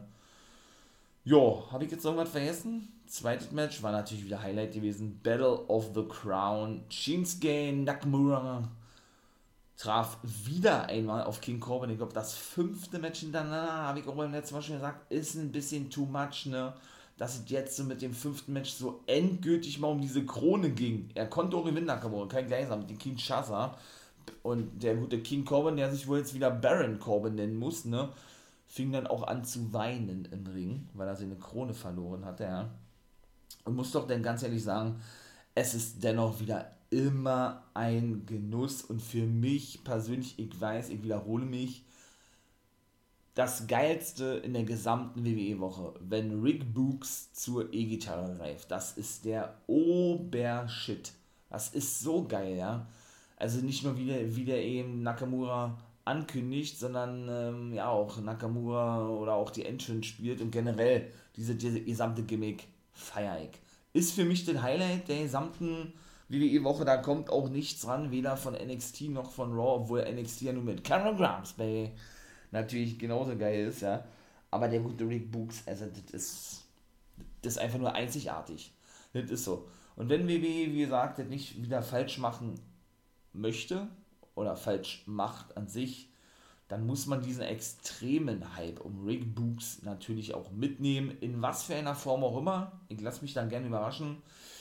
Jo, habe ich jetzt irgendwas vergessen? Zweites Match war natürlich wieder Highlight gewesen. Battle of the Crown. Shinsuke Nakamura traf wieder einmal auf King Corbin. Ich glaube, das 5. Match hintereinander, habe ich auch beim letzten Mal schon gesagt, ist ein bisschen too much, ne? Dass es jetzt so mit dem 5. Match so endgültig mal um diese Krone ging. Er konnte auch gewinnen, Nakamura, kein Gleichsam, mit dem Kinshasa. Und der gute King Corbin, der sich wohl jetzt wieder Baron Corbin nennen muss, ne? Fing dann auch an zu weinen im Ring, weil er seine Krone verloren hatte, ja. Und muss doch dann ganz ehrlich sagen, es ist dennoch wieder immer ein Genuss und für mich persönlich, ich weiß, ich wiederhole mich, das Geilste in der gesamten WWE-Woche, wenn Rick Books zur E-Gitarre greift. Das ist der Obershit. Das ist so geil, ja. Also nicht nur wie der eben Nakamura ankündigt, sondern ja auch Nakamura oder auch die Entrance spielt und generell diese gesamte Gimmick feier ich. Ist für mich das Highlight der gesamten WWE-Woche, da kommt auch nichts ran, weder von NXT noch von Raw, obwohl NXT ja nur mit Cameron Grimes bei natürlich genauso geil ist, ja. Aber der gute Rick Books, also das ist einfach nur einzigartig. Das ist so. Und wenn WWE, wie gesagt, das nicht wieder falsch machen möchte oder falsch macht an sich, dann muss man diesen extremen Hype um Rick Books natürlich auch mitnehmen, in was für einer Form auch immer. Ich lasse mich dann gerne überraschen.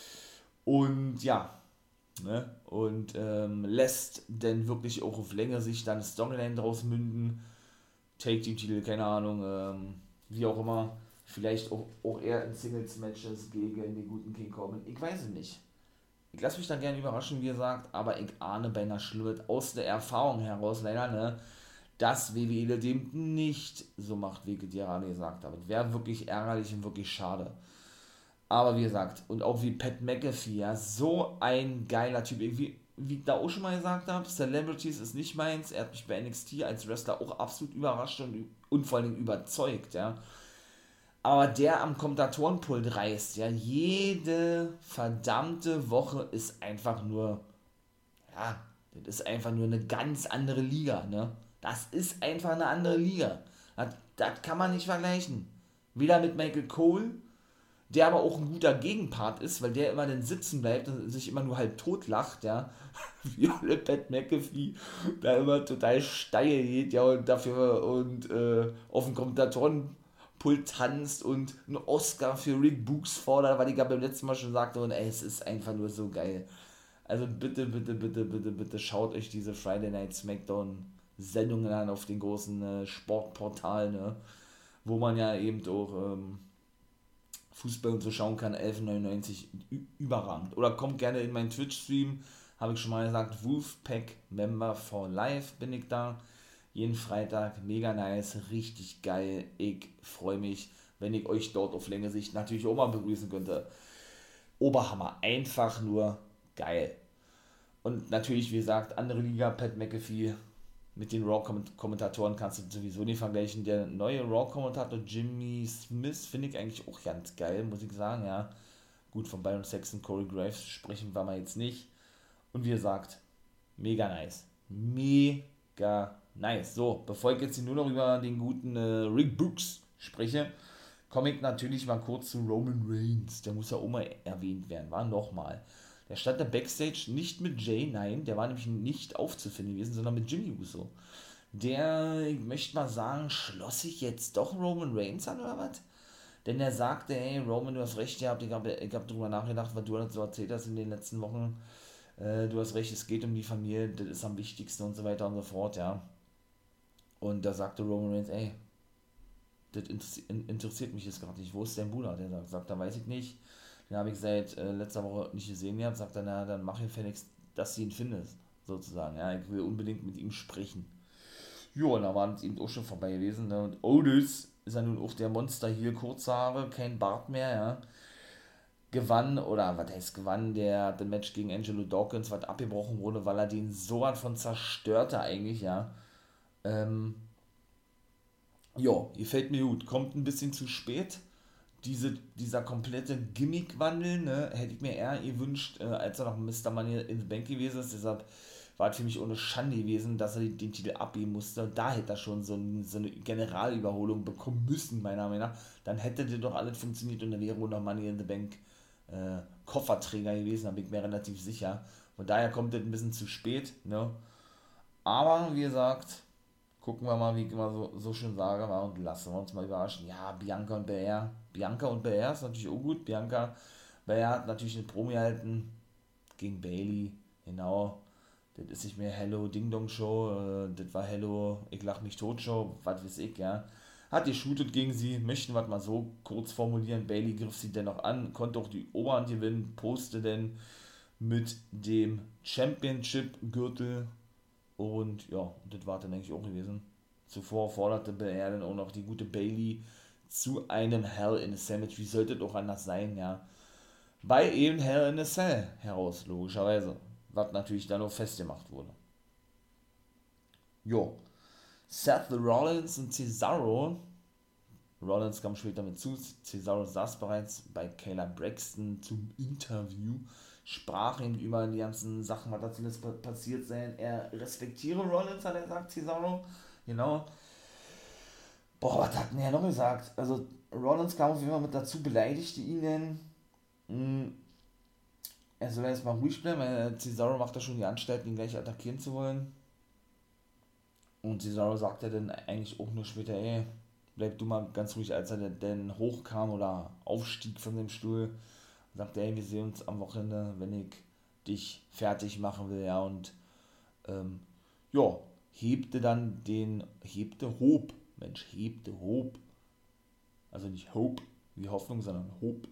Und ja, ne? Und lässt denn wirklich auch auf längere Sicht dann Storyline draus münden. Take-Team-Titel, keine Ahnung, wie auch immer. Vielleicht auch eher in Singles-Matches gegen den guten King Corbin. Ich weiß es nicht. Ich lasse mich dann gerne überraschen, wie gesagt, aber ich ahne bei einer Schlitt aus der Erfahrung heraus leider, ne, dass WWE dem nicht so macht, wie ich dir gerade gesagt habe. Das wäre wirklich ärgerlich und wirklich schade. Aber wie gesagt, und auch wie Pat McAfee, ja, so ein geiler Typ. Wie ich da auch schon mal gesagt habe, Celebrities ist nicht meins. Er hat mich bei NXT als Wrestler auch absolut überrascht und vor allem überzeugt, ja. Aber der am Kommentatorenpult reißt, ja, jede verdammte Woche ist einfach nur, ja, das ist einfach nur eine ganz andere Liga, ne. Das ist einfach eine andere Liga. Das kann man nicht vergleichen. Weder mit Michael Cole, der aber auch ein guter Gegenpart ist, weil der immer dann sitzen bleibt und sich immer nur halb tot lacht, ja, wie alle Pat McAfee da immer total steil geht, ja, und dafür auf dem Kommentatorenpult tanzt und einen Oscar für Rick Books fordert, weil ich ja beim letzten Mal schon sagte, und ey, es ist einfach nur so geil. Also bitte, bitte, bitte, bitte, bitte schaut euch diese Friday Night Smackdown Sendungen an auf den großen Sportportalen, ne? Wo man ja eben auch Fußball und so schauen kann, 11,99 überragend. Oder kommt gerne in meinen Twitch-Stream, habe ich schon mal gesagt, Wolfpack Member for Life bin ich da. Jeden Freitag, mega nice, richtig geil. Ich freue mich, wenn ich euch dort auf längere Sicht natürlich auch mal begrüßen könnte. Oberhammer, einfach nur geil. Und natürlich, wie gesagt, andere Liga, Pat McAfee, mit den Raw-Kommentatoren kannst du sowieso nicht vergleichen. Der neue Raw-Kommentator Jimmy Smith finde ich eigentlich auch ganz geil, muss ich sagen, ja. Gut, von Byron Saxton, Corey Graves sprechen wir mal jetzt nicht. Und wie gesagt, mega nice. Mega nice. So, bevor ich jetzt nur noch über den guten Rick Books spreche, komme ich natürlich mal kurz zu Roman Reigns. Der muss ja auch mal erwähnt werden, war nochmal. Der stand da Backstage nicht mit Jay, nein, der war nämlich nicht aufzufinden gewesen, sondern mit Jimmy Uso. Der, ich möchte mal sagen, schloss sich jetzt doch Roman Reigns an oder was? Denn er sagte, hey Roman, du hast recht gehabt, ich hab drüber nachgedacht, was du so erzählt hast in den letzten Wochen. Du hast recht, es geht um die Familie, das ist am wichtigsten und so weiter und so fort, ja. Und da sagte Roman Reigns, ey, das interessiert mich jetzt gerade nicht, wo ist dein Bruder? Der sagt, da weiß ich nicht. Den habe ich seit letzter Woche nicht gesehen gehabt, sagt er, na, dann mach hier Felix, dass du ihn findest, sozusagen, ja, ich will unbedingt mit ihm sprechen. Jo, und da waren es eben auch schon vorbei gewesen, ne? Und Otis ist ja nun auch der Monster hier, kurze Haare, kein Bart mehr, ja, gewann, oder was heißt gewann, der hat ein Match gegen Angelo Dawkins, was abgebrochen wurde, weil er den so was von zerstörte eigentlich, ja, jo, gefällt mir gut, kommt ein bisschen zu spät, dieser komplette Gimmick-Wandel, ne, hätte ich mir eher gewünscht, als er noch Mr. Money in the Bank gewesen ist. Deshalb war es für mich ohne Schande gewesen, dass er den Titel abgeben musste. Da hätte er schon so eine Generalüberholung bekommen müssen, meiner Meinung nach. Dann hätte das doch alles funktioniert und dann wäre noch Money in the Bank Kofferträger gewesen, da bin ich mir relativ sicher. Von daher kommt das ein bisschen zu spät, ne. Aber, wie gesagt, gucken wir mal, wie ich immer so schön sage, und lassen wir uns mal überraschen. Ja, Bianca und Belair. Bianca und Belair ist natürlich auch gut. Belair hat natürlich eine Promi gehalten gegen Bayley. Genau. Das ist nicht mehr Hello Ding Dong Show. Das war Hello Ich lach mich tot Show. Was weiß ich, ja. Hat geshootet gegen sie. Möchten wir mal so kurz formulieren. Bayley griff sie dennoch an. Konnte auch die Oberhand gewinnen. Poste denn mit dem Championship-Gürtel. Und ja, das war dann eigentlich auch gewesen. Zuvor forderte er dann auch noch die gute Bayley zu einem Hell in a Cell Match. Wie sollte es auch anders sein, ja. Bei eben Hell in a Cell heraus, logischerweise. Was natürlich dann auch festgemacht wurde. Jo. Seth Rollins und Cesaro. Rollins kam später mit zu. Cesaro saß bereits bei Kayla Braxton zum Interview. Sprach ihm über die ganzen Sachen, was dazu jetzt passiert sein. Er respektiere Rollins, hat er gesagt, Cesaro. Genau. Boah, was hat denn er noch gesagt? Also, Rollins kam auf jeden Fall mit dazu, beleidigte ihn denn. Er soll erstmal ruhig bleiben, weil Cesaro macht da schon die Anstalt, ihn gleich attackieren zu wollen. Und Cesaro sagt er dann eigentlich auch nur später, ey, bleib du mal ganz ruhig, als er denn hochkam oder aufstieg von dem Stuhl. Sagt er, ey, wir sehen uns am Wochenende, wenn ich dich fertig machen will, ja, und ja, hebte Hope, also nicht Hope wie Hoffnung, sondern Hope,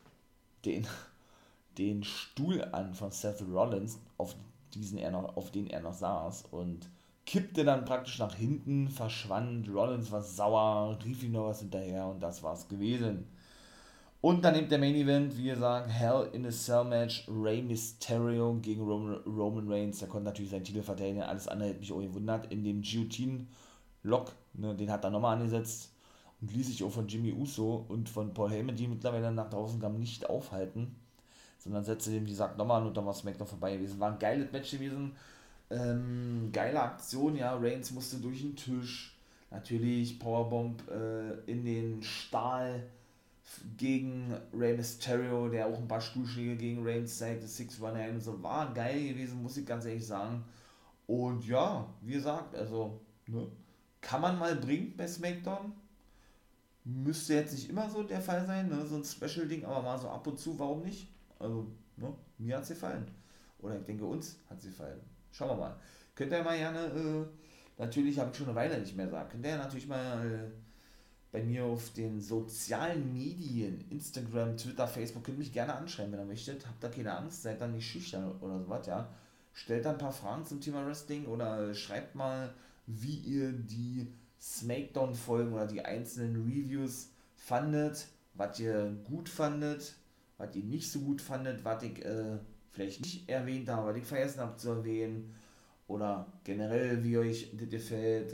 den Stuhl an von Seth Rollins, auf den er noch saß, und kippte dann praktisch nach hinten, verschwand. Rollins war sauer, rief ihm noch was hinterher und das war's gewesen. Und dann nimmt der Main Event, wie gesagt, Hell in a Cell Match, Rey Mysterio gegen Roman Reigns. Der konnte natürlich seinen Titel verteidigen, alles andere hätte mich auch gewundert. In dem Guillotine-Lock, ne, den hat er nochmal angesetzt und ließ sich auch von Jimmy Uso und von Paul Heyman, die mittlerweile nach draußen kamen, nicht aufhalten, sondern setzte dem, wie gesagt, nochmal an und dann war SmackDown vorbei gewesen. War ein geiles Match gewesen, geile Aktion, ja, Reigns musste durch den Tisch, natürlich Powerbomb in den Stahl gegen Rey Mysterio, der auch ein paar Stuhlschläge gegen Reigns zeigte, 619 und so, war geil gewesen, muss ich ganz ehrlich sagen. Und ja, wie gesagt, also, ne, kann man mal bringen bei SmackDown. Müsste jetzt nicht immer so der Fall sein, ne, so ein Special-Ding, aber mal so ab und zu, warum nicht? Also, ne, mir hat's gefallen. Oder ich denke, uns hat sie gefallen. Schauen wir mal. Könnt ihr mal gerne, natürlich habe ich schon eine Weile nicht mehr gesagt, könnt ihr natürlich mal bei mir auf den sozialen Medien, Instagram, Twitter, Facebook, könnt ihr mich gerne anschreiben, wenn ihr möchtet. Habt da keine Angst, seid dann nicht schüchtern oder sowas, ja. Stellt da ein paar Fragen zum Thema Wrestling oder schreibt mal, wie ihr die Smackdown-Folgen oder die einzelnen Reviews fandet, was ihr gut fandet, was ihr nicht so gut fandet, was ich vielleicht nicht erwähnt habe, was ich vergessen habe zu erwähnen oder generell, wie euch das gefällt,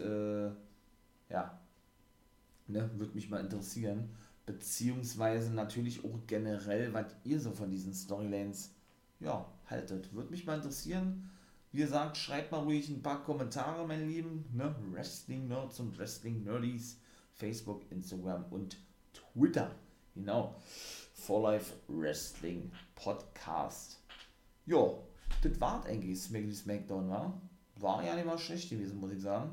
würde mich mal interessieren, beziehungsweise natürlich auch generell, was ihr so von diesen Storylines haltet, würde mich mal interessieren. Wie gesagt, schreibt mal ruhig ein paar Kommentare, meine Lieben, Wrestling Nerds und Wrestling Nerdies, Facebook, Instagram und Twitter, genau, For Life Wrestling Podcast. Jo, das war eigentlich Smackdown, war ja nicht mal schlecht gewesen, muss ich sagen.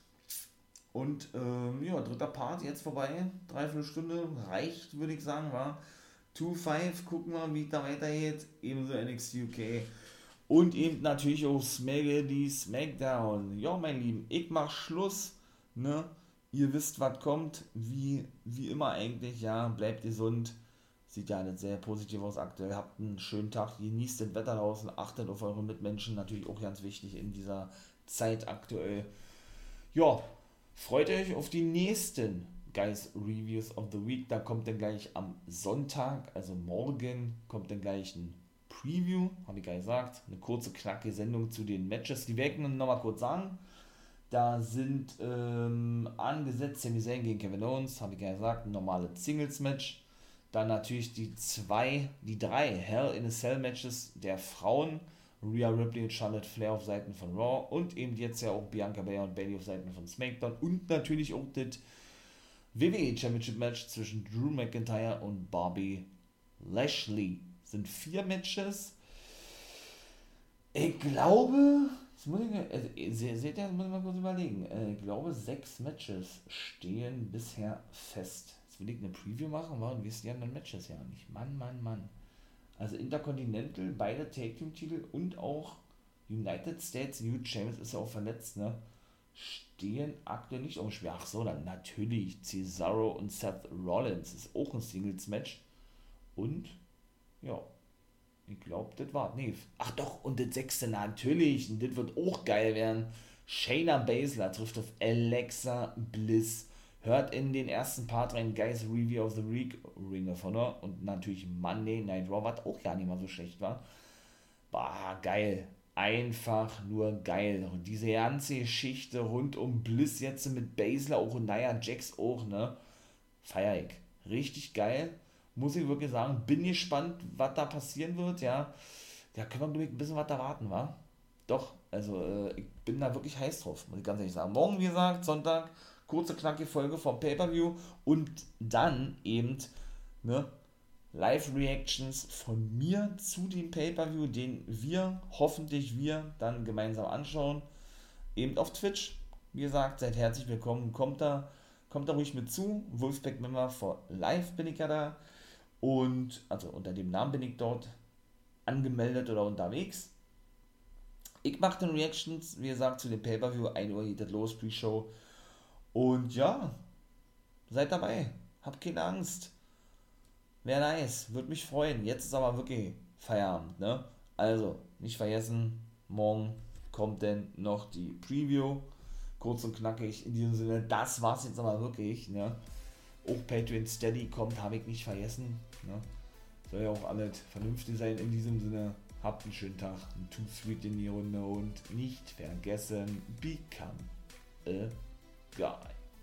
Und dritter Part jetzt vorbei, 3/4 Stunde, reicht, würde ich sagen, 2-5, gucken wir, wie es da weitergeht, ebenso NXT UK und eben natürlich auch Smackdown. Ja, mein Lieben, ich mach Schluss, ihr wisst, was kommt, wie immer eigentlich, bleibt gesund, sieht ja alles sehr positiv aus aktuell, habt einen schönen Tag, genießt das Wetter draußen, achtet auf eure Mitmenschen, natürlich auch ganz wichtig in dieser Zeit aktuell. Ja, freut euch auf die nächsten Guys Reviews of the Week. Da kommt dann gleich am Sonntag, also morgen, kommt dann gleich ein Preview, habe ich ja gesagt. Eine kurze, knackige Sendung zu den Matches. Die werde ich nochmal kurz sagen. Da sind angesetzt Sami Zayn gegen Kevin Owens, habe ich ja gesagt, ein normales Singles-Match. Dann natürlich die drei Hell in a Cell Matches der Frauen. Rhea Ripley und Charlotte Flair auf Seiten von Raw und eben jetzt ja auch Bianca Belair und Bayley auf Seiten von SmackDown und natürlich auch das WWE Championship Match zwischen Drew McIntyre und Bobby Lashley. Sind 4 Matches. Ich glaube, muss ich mal kurz überlegen. Ich glaube, 6 Matches stehen bisher fest. Jetzt will ich eine Preview machen, und wir wissen ja anderen Matches ja nicht. Mann. Also Intercontinental, beide Tag-Team-Titel und auch United States, New Champions ist ja auch verletzt, stehen aktuell nicht auf dem Spiel. Ach so, dann natürlich Cesaro und Seth Rollins ist auch ein Singles-Match. Und, ich glaube, das war, ach doch, und das 6. natürlich, und das wird auch geil werden. Shayna Baszler trifft auf Alexa Bliss. Hört in den ersten Part rein, Guys Review of the Week, Ring of Honor und natürlich Monday Night Raw, was auch gar nicht mal so schlecht war. Geil. Einfach nur geil. Und diese ganze Geschichte rund um Bliss jetzt mit Baszler auch und Nia Jax auch, feier ich. Richtig geil. Muss ich wirklich sagen. Bin gespannt, was da passieren wird, Da können wir ein bisschen was erwarten, Doch, also ich bin da wirklich heiß drauf, muss ich ganz ehrlich sagen. Morgen, wie gesagt, Sonntag, kurze, knackige Folge vom Pay-Per-View und dann eben, Live-Reactions von mir zu dem Pay-Per-View, den hoffentlich wir dann gemeinsam anschauen, eben auf Twitch. Wie gesagt, seid herzlich willkommen, kommt da ruhig mit zu. Wolfpack Member for Life bin ich ja da und, also unter dem Namen bin ich dort angemeldet oder unterwegs. Ich mache den Reactions, wie gesagt, zu dem Pay-Per-View, 1 Uhr geht das los, Pre-Show. Und seid dabei, habt keine Angst. Wäre nice, würde mich freuen. Jetzt ist aber wirklich Feierabend, Also, nicht vergessen, morgen kommt dann noch die Preview. Kurz und knackig, in diesem Sinne, das war's jetzt aber wirklich, Auch Patreon Steady kommt, habe ich nicht vergessen, Soll ja auch alles vernünftig sein in diesem Sinne. Habt einen schönen Tag, ein Too Sweet in die Runde und nicht vergessen, become a guy.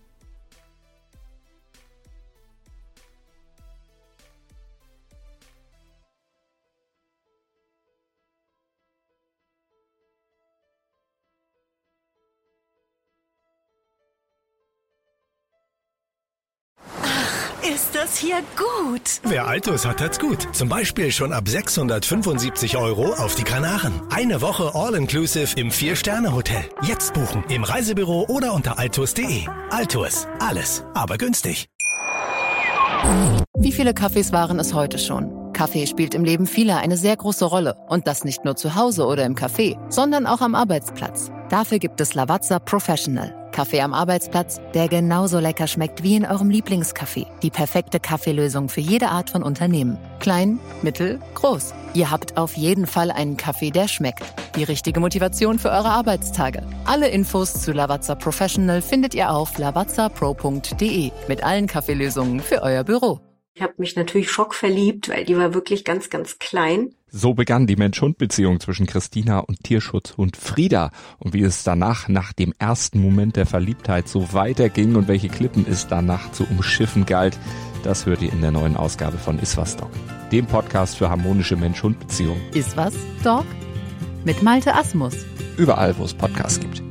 Ist das hier gut? Wer Altus hat, hat's gut. Zum Beispiel schon ab 675 € auf die Kanaren. Eine Woche All-Inclusive im 4-Sterne-Hotel. Jetzt buchen im Reisebüro oder unter altus.de. Altus, alles, aber günstig. Wie viele Kaffees waren es heute schon? Kaffee spielt im Leben vieler eine sehr große Rolle. Und das nicht nur zu Hause oder im Café, sondern auch am Arbeitsplatz. Dafür gibt es Lavazza Professional. Kaffee am Arbeitsplatz, der genauso lecker schmeckt wie in eurem Lieblingscafé. Die perfekte Kaffeelösung für jede Art von Unternehmen. Klein, mittel, groß. Ihr habt auf jeden Fall einen Kaffee, der schmeckt. Die richtige Motivation für eure Arbeitstage. Alle Infos zu Lavazza Professional findet ihr auf lavazzapro.de mit allen Kaffeelösungen für euer Büro. Ich habe mich natürlich schockverliebt, weil die war wirklich ganz, ganz klein. So begann die Mensch-Hund-Beziehung zwischen Christina und Tierschutzhund Frieda. Und wie es danach, nach dem ersten Moment der Verliebtheit, so weiterging und welche Klippen es danach zu umschiffen galt, das hört ihr in der neuen Ausgabe von Iswas Dog, dem Podcast für harmonische Mensch-Hund-Beziehungen. Iswas Dog? Mit Malte Asmus. Überall, wo es Podcasts gibt.